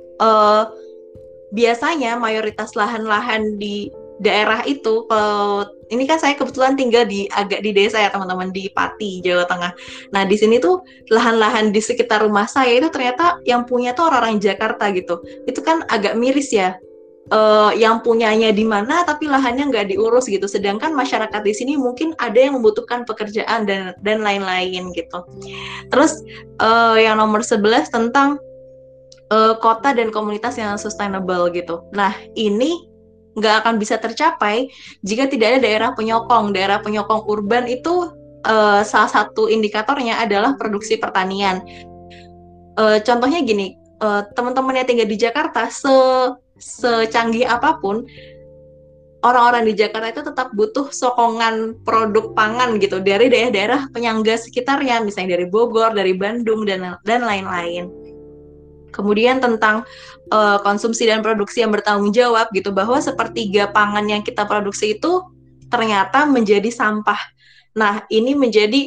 biasanya mayoritas lahan-lahan di daerah itu, ini kan saya kebetulan tinggal agak di desa ya teman-teman, di Pati, Jawa Tengah. Nah di sini tuh lahan-lahan di sekitar rumah saya itu ternyata yang punya tuh orang-orang Jakarta gitu. Itu kan agak miris ya. Yang punyanya di mana tapi lahannya nggak diurus gitu. Sedangkan masyarakat di sini mungkin ada yang membutuhkan pekerjaan dan lain-lain gitu. Terus yang nomor 11 tentang kota dan komunitas yang sustainable gitu. Nah ini nggak akan bisa tercapai jika tidak ada daerah penyokong. Daerah penyokong urban itu salah satu indikatornya adalah produksi pertanian. Contohnya gini, teman-teman yang tinggal di Jakarta, secanggih apapun, orang-orang di Jakarta itu tetap butuh sokongan produk pangan gitu dari daerah-daerah penyangga sekitarnya, misalnya dari Bogor, dari Bandung, dan lain-lain. Kemudian tentang konsumsi dan produksi yang bertanggung jawab gitu, bahwa 1/3 pangan yang kita produksi itu ternyata menjadi sampah. Nah ini menjadi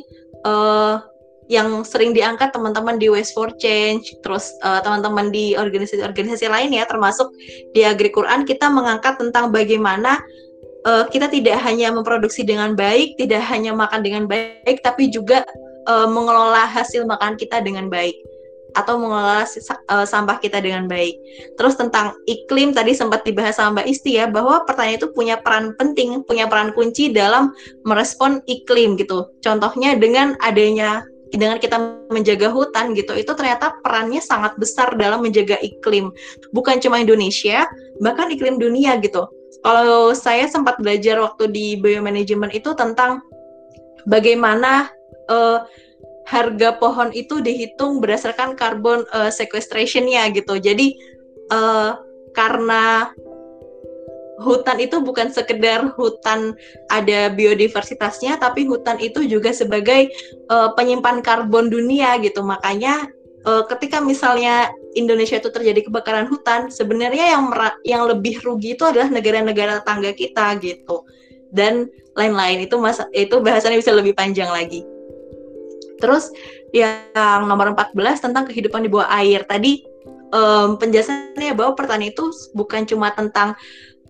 yang sering diangkat teman-teman di Waste for Change, terus teman-teman di organisasi-organisasi lain ya, termasuk di Agri-Quran, kita mengangkat tentang bagaimana kita tidak hanya memproduksi dengan baik, tidak hanya makan dengan baik, tapi juga mengelola hasil makan kita dengan baik, atau mengelola sampah kita dengan baik. Terus tentang iklim tadi sempat dibahas sama Mbak Isti ya, bahwa pertanian itu punya peran penting, punya peran kunci dalam merespon iklim gitu. Contohnya dengan kita menjaga hutan gitu, itu ternyata perannya sangat besar dalam menjaga iklim. Bukan cuma Indonesia, bahkan iklim dunia gitu. Kalau saya sempat belajar waktu di biomanagement itu tentang bagaimana harga pohon itu dihitung berdasarkan carbon sequestration-nya gitu. Jadi karena hutan itu bukan sekedar hutan ada biodiversitasnya, tapi hutan itu juga sebagai penyimpan karbon dunia gitu. Makanya ketika misalnya Indonesia itu terjadi kebakaran hutan, sebenarnya yang lebih rugi itu adalah negara-negara tetangga kita gitu. Dan lain-lain, itu bahasannya bisa lebih panjang lagi. Terus yang nomor 14 tentang kehidupan di bawah air. Tadi penjelasannya bahwa pertanian itu bukan cuma tentang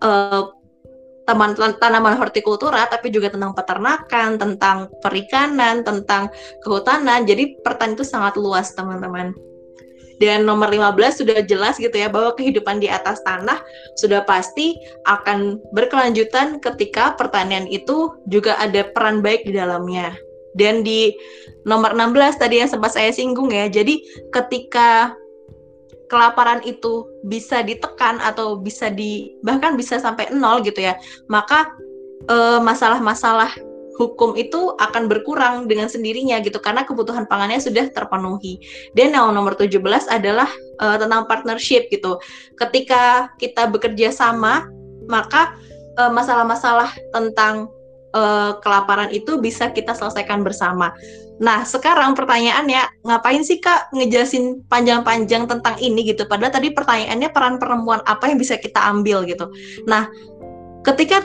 tanaman hortikultura, tapi juga tentang peternakan, tentang perikanan, tentang kehutanan. Jadi pertanian itu sangat luas, teman-teman. Dan nomor 15 sudah jelas gitu ya, bahwa kehidupan di atas tanah sudah pasti akan berkelanjutan ketika pertanian itu juga ada peran baik di dalamnya. Dan di nomor 16 tadi yang sempat saya singgung ya, jadi ketika kelaparan itu bisa ditekan atau bahkan bisa sampai 0 gitu ya, maka masalah-masalah hukum itu akan berkurang dengan sendirinya gitu, karena kebutuhan pangannya sudah terpenuhi. Dan yang nomor 17 adalah tentang partnership gitu. Ketika kita bekerja sama, maka masalah-masalah tentang kelaparan itu bisa kita selesaikan bersama. Nah, sekarang pertanyaannya, ngapain sih Kak ngejelasin panjang-panjang tentang ini gitu? Padahal tadi pertanyaannya peran perempuan apa yang bisa kita ambil gitu. Nah, ketika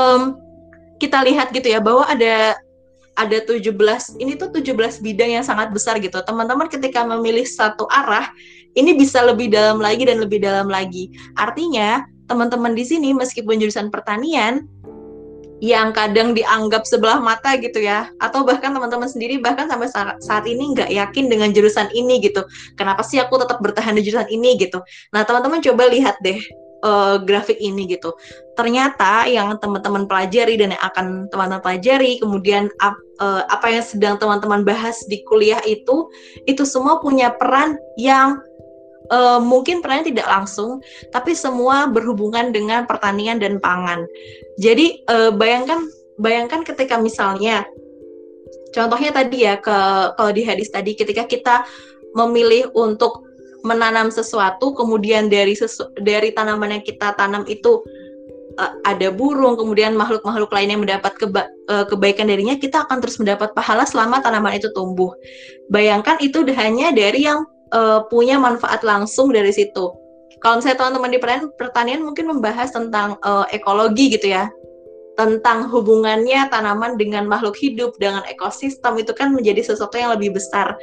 kita lihat gitu ya, bahwa ada 17, ini tuh 17 bidang yang sangat besar gitu. Teman-teman ketika memilih satu arah, ini bisa lebih dalam lagi dan lebih dalam lagi. Artinya, teman-teman di sini meskipun jurusan pertanian, yang kadang dianggap sebelah mata gitu ya, atau bahkan teman-teman sendiri bahkan sampai saat ini nggak yakin dengan jurusan ini gitu. Kenapa sih aku tetap bertahan di jurusan ini gitu. Nah, teman-teman coba lihat deh grafik ini gitu. Ternyata yang teman-teman pelajari dan yang akan teman-teman pelajari, kemudian apa yang sedang teman-teman bahas di kuliah itu semua punya peran yang mungkin perannya tidak langsung, tapi semua berhubungan dengan pertanian dan pangan. Jadi bayangkan ketika misalnya, contohnya tadi ya, kalau di hadis tadi, ketika kita memilih untuk menanam sesuatu, kemudian dari tanaman yang kita tanam itu ada burung, kemudian makhluk-makhluk lain yang mendapat kebaikan darinya, kita akan terus mendapat pahala selama tanaman itu tumbuh. Bayangkan itu hanya dari yang punya manfaat langsung dari situ. Kalau misalnya teman-teman di pertanian mungkin membahas tentang ekologi gitu ya, tentang hubungannya tanaman dengan makhluk hidup, dengan ekosistem, itu kan menjadi sesuatu yang lebih besar.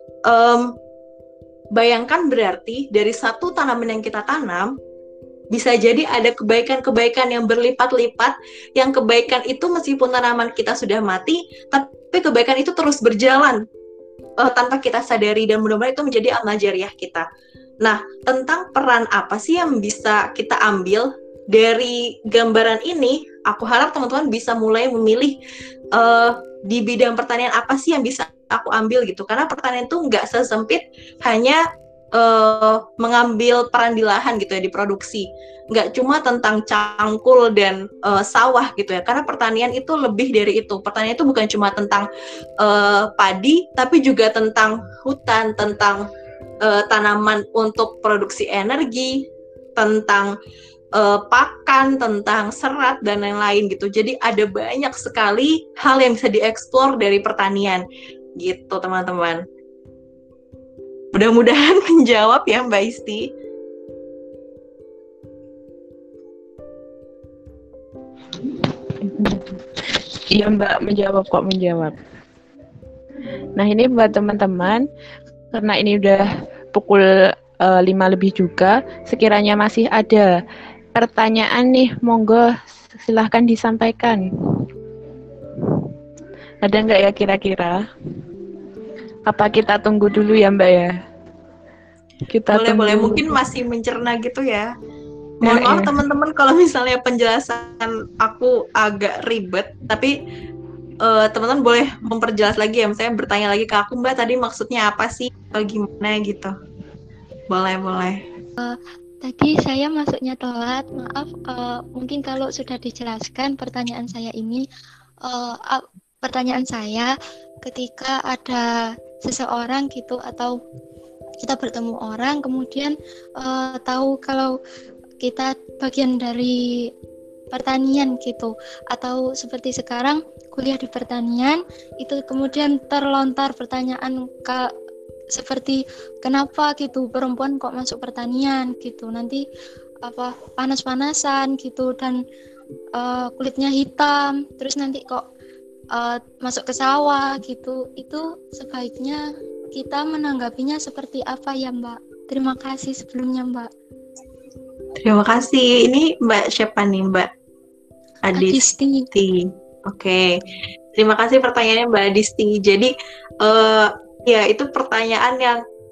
Bayangkan berarti dari satu tanaman yang kita tanam, bisa jadi ada kebaikan-kebaikan yang berlipat-lipat, yang kebaikan itu meskipun tanaman kita sudah mati, tapi kebaikan itu terus berjalan tanpa kita sadari, dan mudah-mudahan itu menjadi amal jariah kita. Nah, tentang peran apa sih yang bisa kita ambil dari gambaran ini, aku harap teman-teman bisa mulai memilih di bidang pertanian apa sih yang bisa aku ambil gitu, karena pertanian itu nggak sesempit hanya mengambil peran di lahan gitu ya, di produksi, nggak cuma tentang cangkul dan sawah gitu ya, karena pertanian itu lebih dari itu. Pertanian itu bukan cuma tentang padi, tapi juga tentang hutan, tentang tanaman untuk produksi energi, tentang pakan, tentang serat, dan lain-lain gitu. Jadi ada banyak sekali hal yang bisa dieksplor dari pertanian gitu teman-teman. Mudah-mudahan menjawab ya Mbak Isti. Iya Mbak, menjawab. Nah ini buat teman-teman, karena ini udah pukul 5 lebih juga, sekiranya masih ada pertanyaan nih, monggo silahkan disampaikan. Ada nggak ya kira-kira? Apa kita tunggu dulu ya Mbak ya? Boleh, mungkin masih mencerna gitu ya. Mohon maaf teman-teman kalau misalnya penjelasan aku agak ribet, tapi teman-teman boleh memperjelas lagi ya, misalnya bertanya lagi ke aku, Mbak tadi maksudnya apa sih, atau gimana gitu. Boleh. Tadi saya masuknya telat, maaf. Mungkin kalau sudah dijelaskan pertanyaan saya ini, pertanyaan saya ketika ada seseorang gitu, atau kita bertemu orang kemudian tahu kalau kita bagian dari pertanian gitu, atau seperti sekarang kuliah di pertanian, itu kemudian terlontar pertanyaan seperti kenapa gitu perempuan kok masuk pertanian gitu, nanti apa panas-panasan gitu, dan kulitnya hitam, terus nanti kok masuk ke sawah gitu. Itu sebaiknya kita menanggapinya seperti apa ya Mbak? Terima kasih sebelumnya Mbak. Terima kasih. Ini Mbak siapa nih, Mbak? Adisti. Oke. Terima kasih pertanyaannya Mbak Adisti. Jadi ya itu pertanyaan yang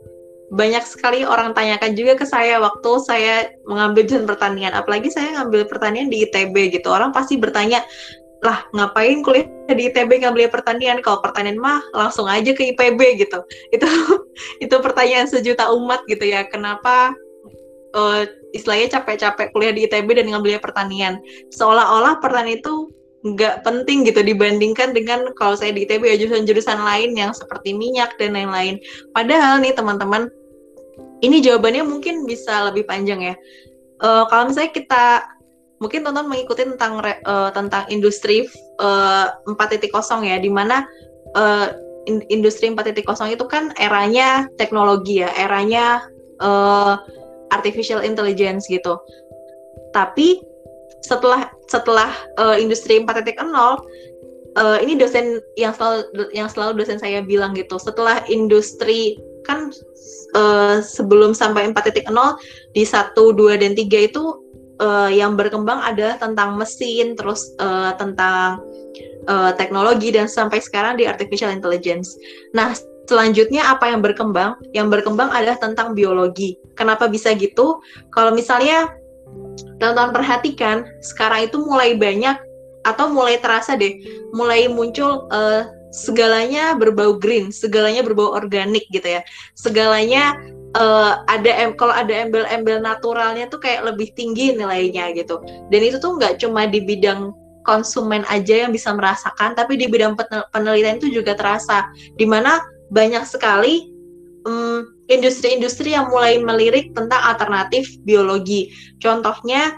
banyak sekali orang tanyakan juga ke saya waktu saya mengambil jurusan pertanian. Apalagi saya ngambil pertanian di ITB gitu. Orang pasti bertanya, lah ngapain kuliah di ITB ngambil pertanian? Kalau pertanian mah langsung aja ke IPB gitu. Itu itu pertanyaan sejuta umat gitu ya. Kenapa istilahnya capek-capek kuliah di ITB dan ngambilnya pertanian? Seolah-olah pertanian itu nggak penting gitu dibandingkan dengan kalau saya di ITB ya jurusan-jurusan lain yang seperti minyak dan lain-lain. Padahal nih teman-teman, ini jawabannya mungkin bisa lebih panjang ya. Kalau misalnya kita mungkin tonton mengikuti tentang industri 4.0 ya, di mana industri 4.0 itu kan eranya teknologi ya, eranya artificial intelligence gitu. Tapi setelah industri 4.0, ini dosen yang selalu dosen saya bilang gitu, setelah industri kan sebelum sampai 4.0 di 1, 2, dan 3 itu yang berkembang adalah tentang mesin, terus tentang teknologi, dan sampai sekarang di artificial intelligence. Nah, selanjutnya apa yang berkembang? Yang berkembang adalah tentang biologi. Kenapa bisa gitu? Kalau misalnya teman-teman perhatikan, sekarang itu mulai banyak atau mulai terasa deh, mulai muncul segalanya berbau green, segalanya berbau organik gitu ya. Segalanya kalau ada embel-embel naturalnya tuh kayak lebih tinggi nilainya gitu. Dan itu tuh nggak cuma di bidang konsumen aja yang bisa merasakan, tapi di bidang penelitian itu juga terasa. Dimana banyak sekali industri-industri yang mulai melirik tentang alternatif biologi. Contohnya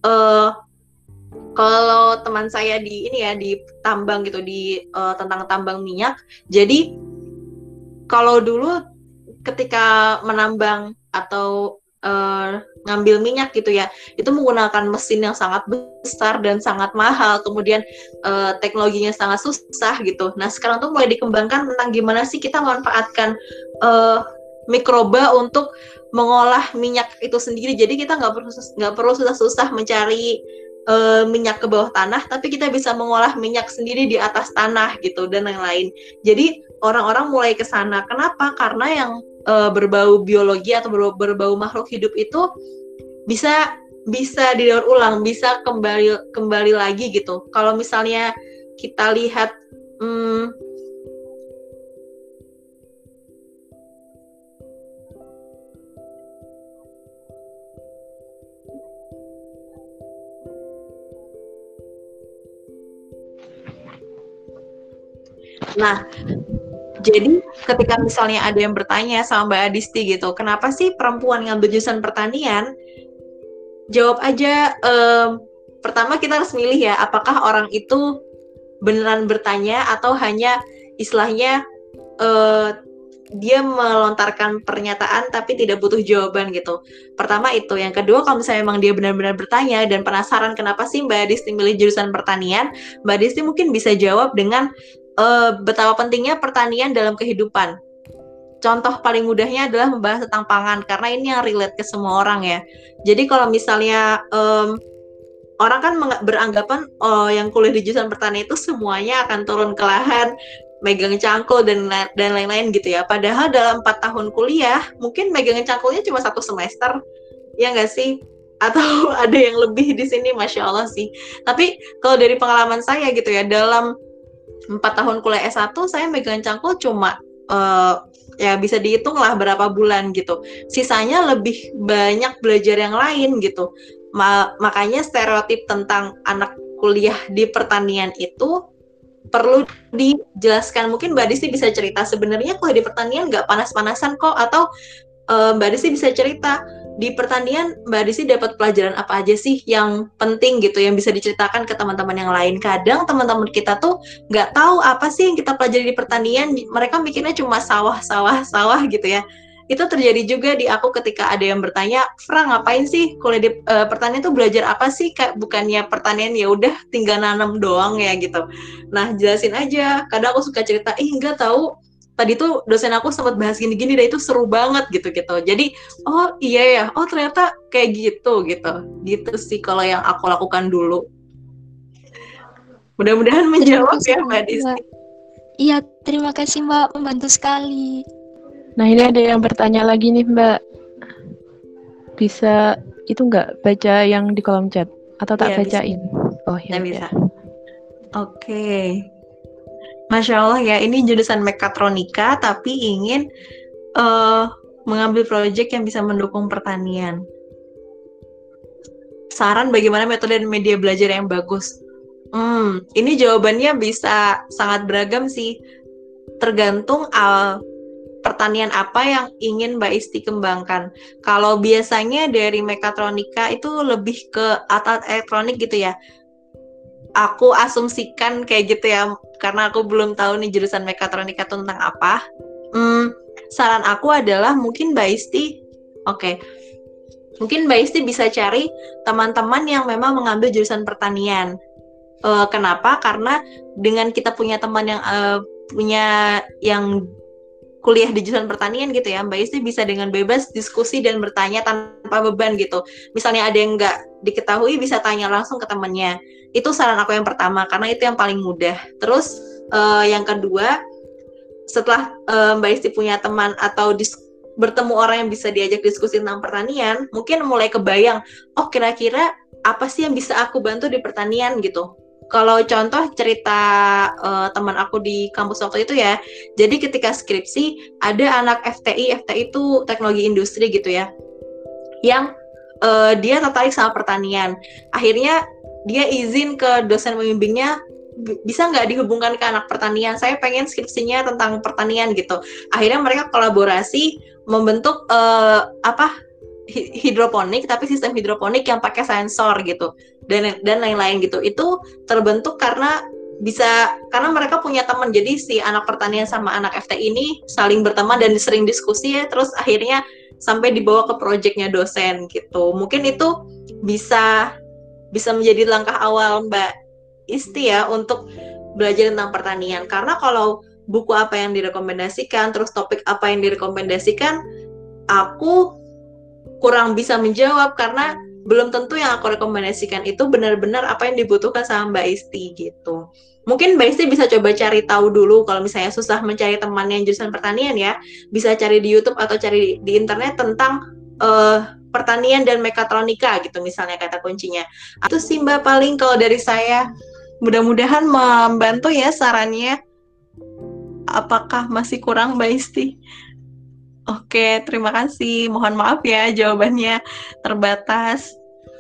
kalau teman saya di tambang gitu, tentang tambang minyak. Jadi kalau dulu ketika menambang atau ngambil minyak gitu ya, itu menggunakan mesin yang sangat besar dan sangat mahal, kemudian teknologinya sangat susah gitu. Nah, sekarang tuh mulai dikembangkan tentang gimana sih kita memanfaatkan mikroba untuk mengolah minyak itu sendiri. Jadi kita nggak perlu susah-susah mencari minyak ke bawah tanah, tapi kita bisa mengolah minyak sendiri di atas tanah gitu dan lain-lain. Jadi orang-orang mulai ke sana. Kenapa? Karena yang berbau biologi atau berbau makhluk hidup itu bisa didaur ulang, bisa kembali lagi gitu. Kalau misalnya kita lihat nah, jadi ketika misalnya ada yang bertanya sama Mbak Adisti gitu, kenapa sih perempuan ngambil jurusan pertanian? Jawab aja, pertama kita harus milih ya, apakah orang itu beneran bertanya atau hanya istilahnya dia melontarkan pernyataan tapi tidak butuh jawaban gitu. Pertama itu. Yang kedua, kalau misalnya memang dia benar-benar bertanya dan penasaran kenapa sih Mbak Adisti milih jurusan pertanian, Mbak Adisti mungkin bisa jawab dengan betapa pentingnya pertanian dalam kehidupan. Contoh paling mudahnya adalah membahas tentang pangan, karena ini yang relate ke semua orang ya. Jadi kalau misalnya orang kan beranggapan yang kuliah di jurusan pertanian itu semuanya akan turun ke lahan, megang cangkul dan lain-lain gitu ya. Padahal dalam 4 tahun kuliah mungkin megang cangkulnya cuma 1 semester, ya nggak sih? Atau ada yang lebih di sini, Masya Allah sih. Tapi kalau dari pengalaman saya gitu ya, dalam 4 tahun kuliah S1 saya megang cangkul cuma ya bisa dihitung lah berapa bulan gitu. Sisanya lebih banyak belajar yang lain gitu. Makanya stereotip tentang anak kuliah di pertanian itu perlu dijelaskan. Mungkin Mbak Adisti bisa cerita, sebenarnya kuliah di pertanian nggak panas-panasan kok, atau Mbak Adisti bisa cerita di pertanian Mbak Adisti dapat pelajaran apa aja sih yang penting gitu, yang bisa diceritakan ke teman-teman yang lain. Kadang teman-teman kita tuh nggak tahu apa sih yang kita pelajari di pertanian, mereka mikirnya cuma sawah gitu ya. Itu terjadi juga di aku ketika ada yang bertanya, Fra ngapain sih kuliah di pertanian tuh, belajar apa sih? Kayak bukannya pertanian ya udah tinggal nanam doang ya gitu. Nah, jelasin aja. Kadang aku suka cerita, nggak tahu tadi tuh dosen aku sempat bahas gini-gini dan itu seru banget gitu-gitu. Jadi, oh iya ya, oh ternyata kayak gitu. Gitu sih kalau yang aku lakukan dulu. Mudah-mudahan menjawab ya Mbak Disti. Iya, terima kasih Mbak, membantu sekali. Nah, ini ada yang bertanya lagi nih, Mbak. Bisa itu nggak baca yang di kolom chat? Atau tak Iya, bisa. bacain? Oh, ya Nah, udah. bisa. Oke. Masya Allah ya, ini jurusan mekatronika tapi ingin mengambil proyek yang bisa mendukung pertanian. Saran bagaimana metode dan media belajar yang bagus? Ini jawabannya bisa sangat beragam sih. Tergantung pertanian apa yang ingin Mbak Isti kembangkan. Kalau biasanya dari mekatronika itu lebih ke alat elektronik gitu ya. Aku asumsikan kayak gitu ya, karena aku belum tahu nih jurusan mekatronika tentang apa. Saran aku adalah mungkin Mbak Isti, mungkin Mbak Isti bisa cari teman-teman yang memang mengambil jurusan pertanian. Kenapa? Karena dengan kita punya teman yang punya yang kuliah di jurusan pertanian gitu ya, Mbak Isti bisa dengan bebas diskusi dan bertanya tanpa beban gitu. Misalnya ada yang nggak diketahui, bisa tanya langsung ke temannya. Itu saran aku yang pertama, karena itu yang paling mudah. Terus yang kedua, setelah Mbak Isti punya teman atau bertemu orang yang bisa diajak diskusi tentang pertanian, mungkin mulai kebayang, oh kira-kira apa sih yang bisa aku bantu di pertanian gitu. Kalau contoh cerita teman aku di kampus waktu itu ya, jadi ketika skripsi ada anak FTI itu teknologi industri gitu ya, yang dia tertarik sama pertanian. Akhirnya dia izin ke dosen pembimbingnya, bisa nggak dihubungkan ke anak pertanian, saya pengen skripsinya tentang pertanian gitu. Akhirnya mereka kolaborasi membentuk hidroponik, tapi sistem hidroponik yang pakai sensor gitu dan lain-lain gitu. Itu terbentuk karena mereka punya teman. Jadi si anak pertanian sama anak FT ini saling berteman dan sering diskusi ya, terus akhirnya sampai dibawa ke proyeknya dosen gitu. Mungkin itu bisa menjadi langkah awal Mbak Isti ya untuk belajar tentang pertanian. Karena kalau buku apa yang direkomendasikan, terus topik apa yang direkomendasikan, aku kurang bisa menjawab karena belum tentu yang aku rekomendasikan itu benar-benar apa yang dibutuhkan sama Mbak Isti gitu. Mungkin Mbak Isti bisa coba cari tahu dulu, kalau misalnya susah mencari teman yang jurusan pertanian ya, bisa cari di YouTube atau cari di internet tentang pertanian dan mekatronika gitu misalnya kata kuncinya. Itu sih Mbak paling kalau dari saya. Mudah-mudahan membantu ya sarannya. Apakah masih kurang Mbak Isti? Oke, terima kasih. Mohon maaf ya jawabannya terbatas.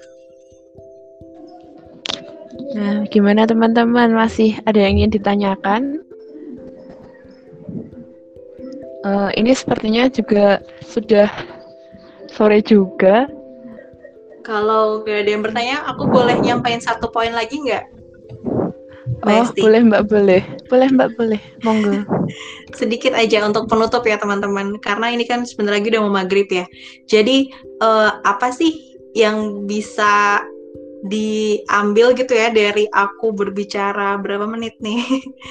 Nah, gimana teman-teman? Masih ada yang ingin ditanyakan? Ini sepertinya juga sudah sore juga. Kalau nggak ada yang bertanya, aku boleh nyampain satu poin lagi nggak? Boleh Mbak, boleh. Boleh Mbak, boleh. Monggo. Sedikit aja untuk penutup ya teman-teman, karena ini kan sebentar lagi udah mau maghrib ya. Jadi apa sih yang bisa diambil gitu ya dari aku berbicara berapa menit nih?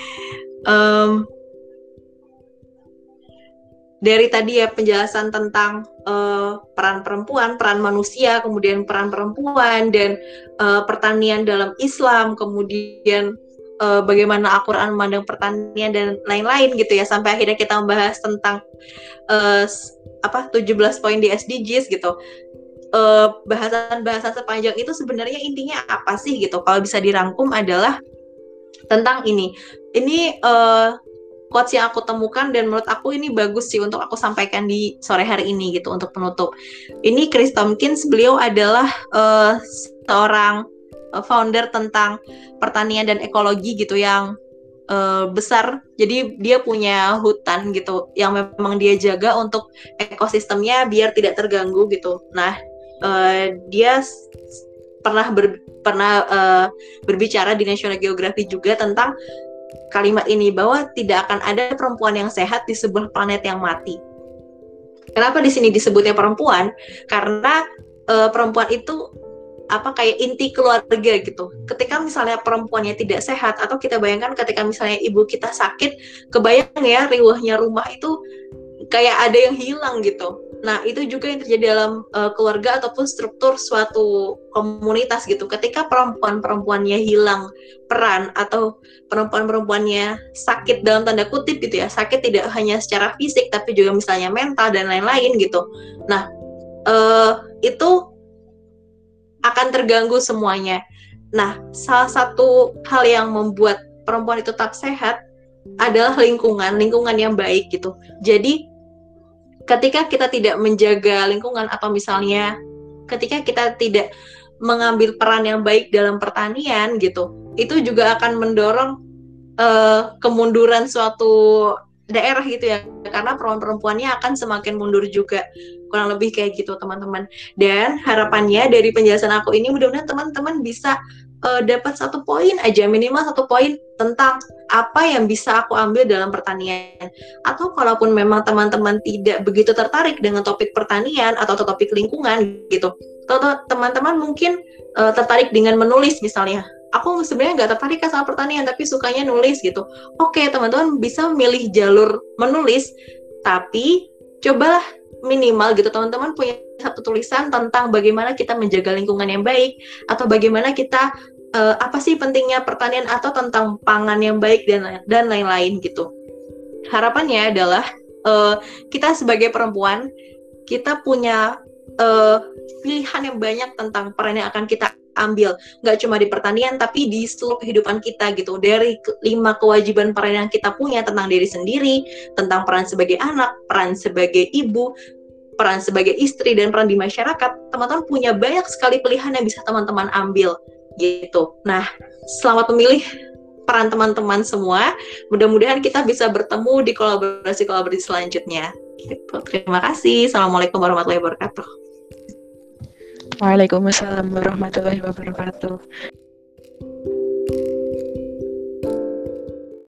Dari tadi ya penjelasan tentang peran perempuan, peran manusia, kemudian peran perempuan dan pertanian dalam Islam, kemudian bagaimana Al-Quran memandang pertanian dan lain-lain gitu ya, sampai akhirnya kita membahas tentang 17 poin di SDGs gitu. Bahasan-bahasan sepanjang itu sebenarnya intinya apa sih gitu? Kalau bisa dirangkum adalah tentang ini quotes yang aku temukan dan menurut aku ini bagus sih untuk aku sampaikan di sore hari ini gitu untuk penutup. Ini Chris Tompkins, beliau adalah seorang founder tentang pertanian dan ekologi gitu yang besar. Jadi dia punya hutan gitu yang memang dia jaga untuk ekosistemnya biar tidak terganggu gitu. Nah, dia pernah berbicara di National Geographic juga tentang kalimat ini, bahwa tidak akan ada perempuan yang sehat di sebuah planet yang mati. Kenapa di sini disebutnya perempuan? Karena perempuan itu kayak inti keluarga gitu. Ketika misalnya perempuannya tidak sehat, atau kita bayangkan ketika misalnya ibu kita sakit, kebayang ya riuhnya rumah itu kayak ada yang hilang gitu. Nah, itu juga yang terjadi dalam keluarga ataupun struktur suatu komunitas gitu. Ketika perempuan-perempuannya hilang peran atau perempuan-perempuannya sakit dalam tanda kutip gitu ya, sakit tidak hanya secara fisik tapi juga misalnya mental dan lain-lain gitu. Nah, itu akan terganggu semuanya. Nah, salah satu hal yang membuat perempuan itu tetap sehat adalah lingkungan yang baik gitu. Jadi ketika kita tidak menjaga lingkungan atau misalnya ketika kita tidak mengambil peran yang baik dalam pertanian gitu, itu juga akan mendorong kemunduran suatu daerah gitu ya, karena perempuan-perempuannya akan semakin mundur juga, kurang lebih kayak gitu teman-teman. Dan harapannya dari penjelasan aku ini mudah-mudahan teman-teman bisa dapat 1 poin aja, minimal 1 poin tentang apa yang bisa aku ambil dalam pertanian. Atau kalaupun memang teman-teman tidak begitu tertarik dengan topik pertanian atau topik lingkungan gitu, teman-teman mungkin tertarik dengan menulis misalnya. Aku sebenarnya nggak tertarik sama pertanian tapi sukanya nulis gitu. Oke, teman-teman bisa memilih jalur menulis, tapi cobalah minimal gitu teman-teman punya 1 tulisan tentang bagaimana kita menjaga lingkungan yang baik, atau bagaimana kita apa sih pentingnya pertanian, atau tentang pangan yang baik dan lain-lain gitu. Harapannya adalah kita sebagai perempuan kita punya pilihan yang banyak tentang peran yang akan kita ambil, nggak cuma di pertanian tapi di seluruh kehidupan kita gitu. Dari 5 kewajiban peran yang kita punya tentang diri sendiri, tentang peran sebagai anak, peran sebagai ibu, peran sebagai istri, dan peran di masyarakat, teman-teman punya banyak sekali pilihan yang bisa teman-teman ambil gitu. Nah, selamat memilih peran teman-teman semua. Mudah-mudahan kita bisa bertemu di kolaborasi selanjutnya. Gitu. Terima kasih. Assalamualaikum warahmatullahi wabarakatuh. Waalaikumsalam warahmatullahi wabarakatuh.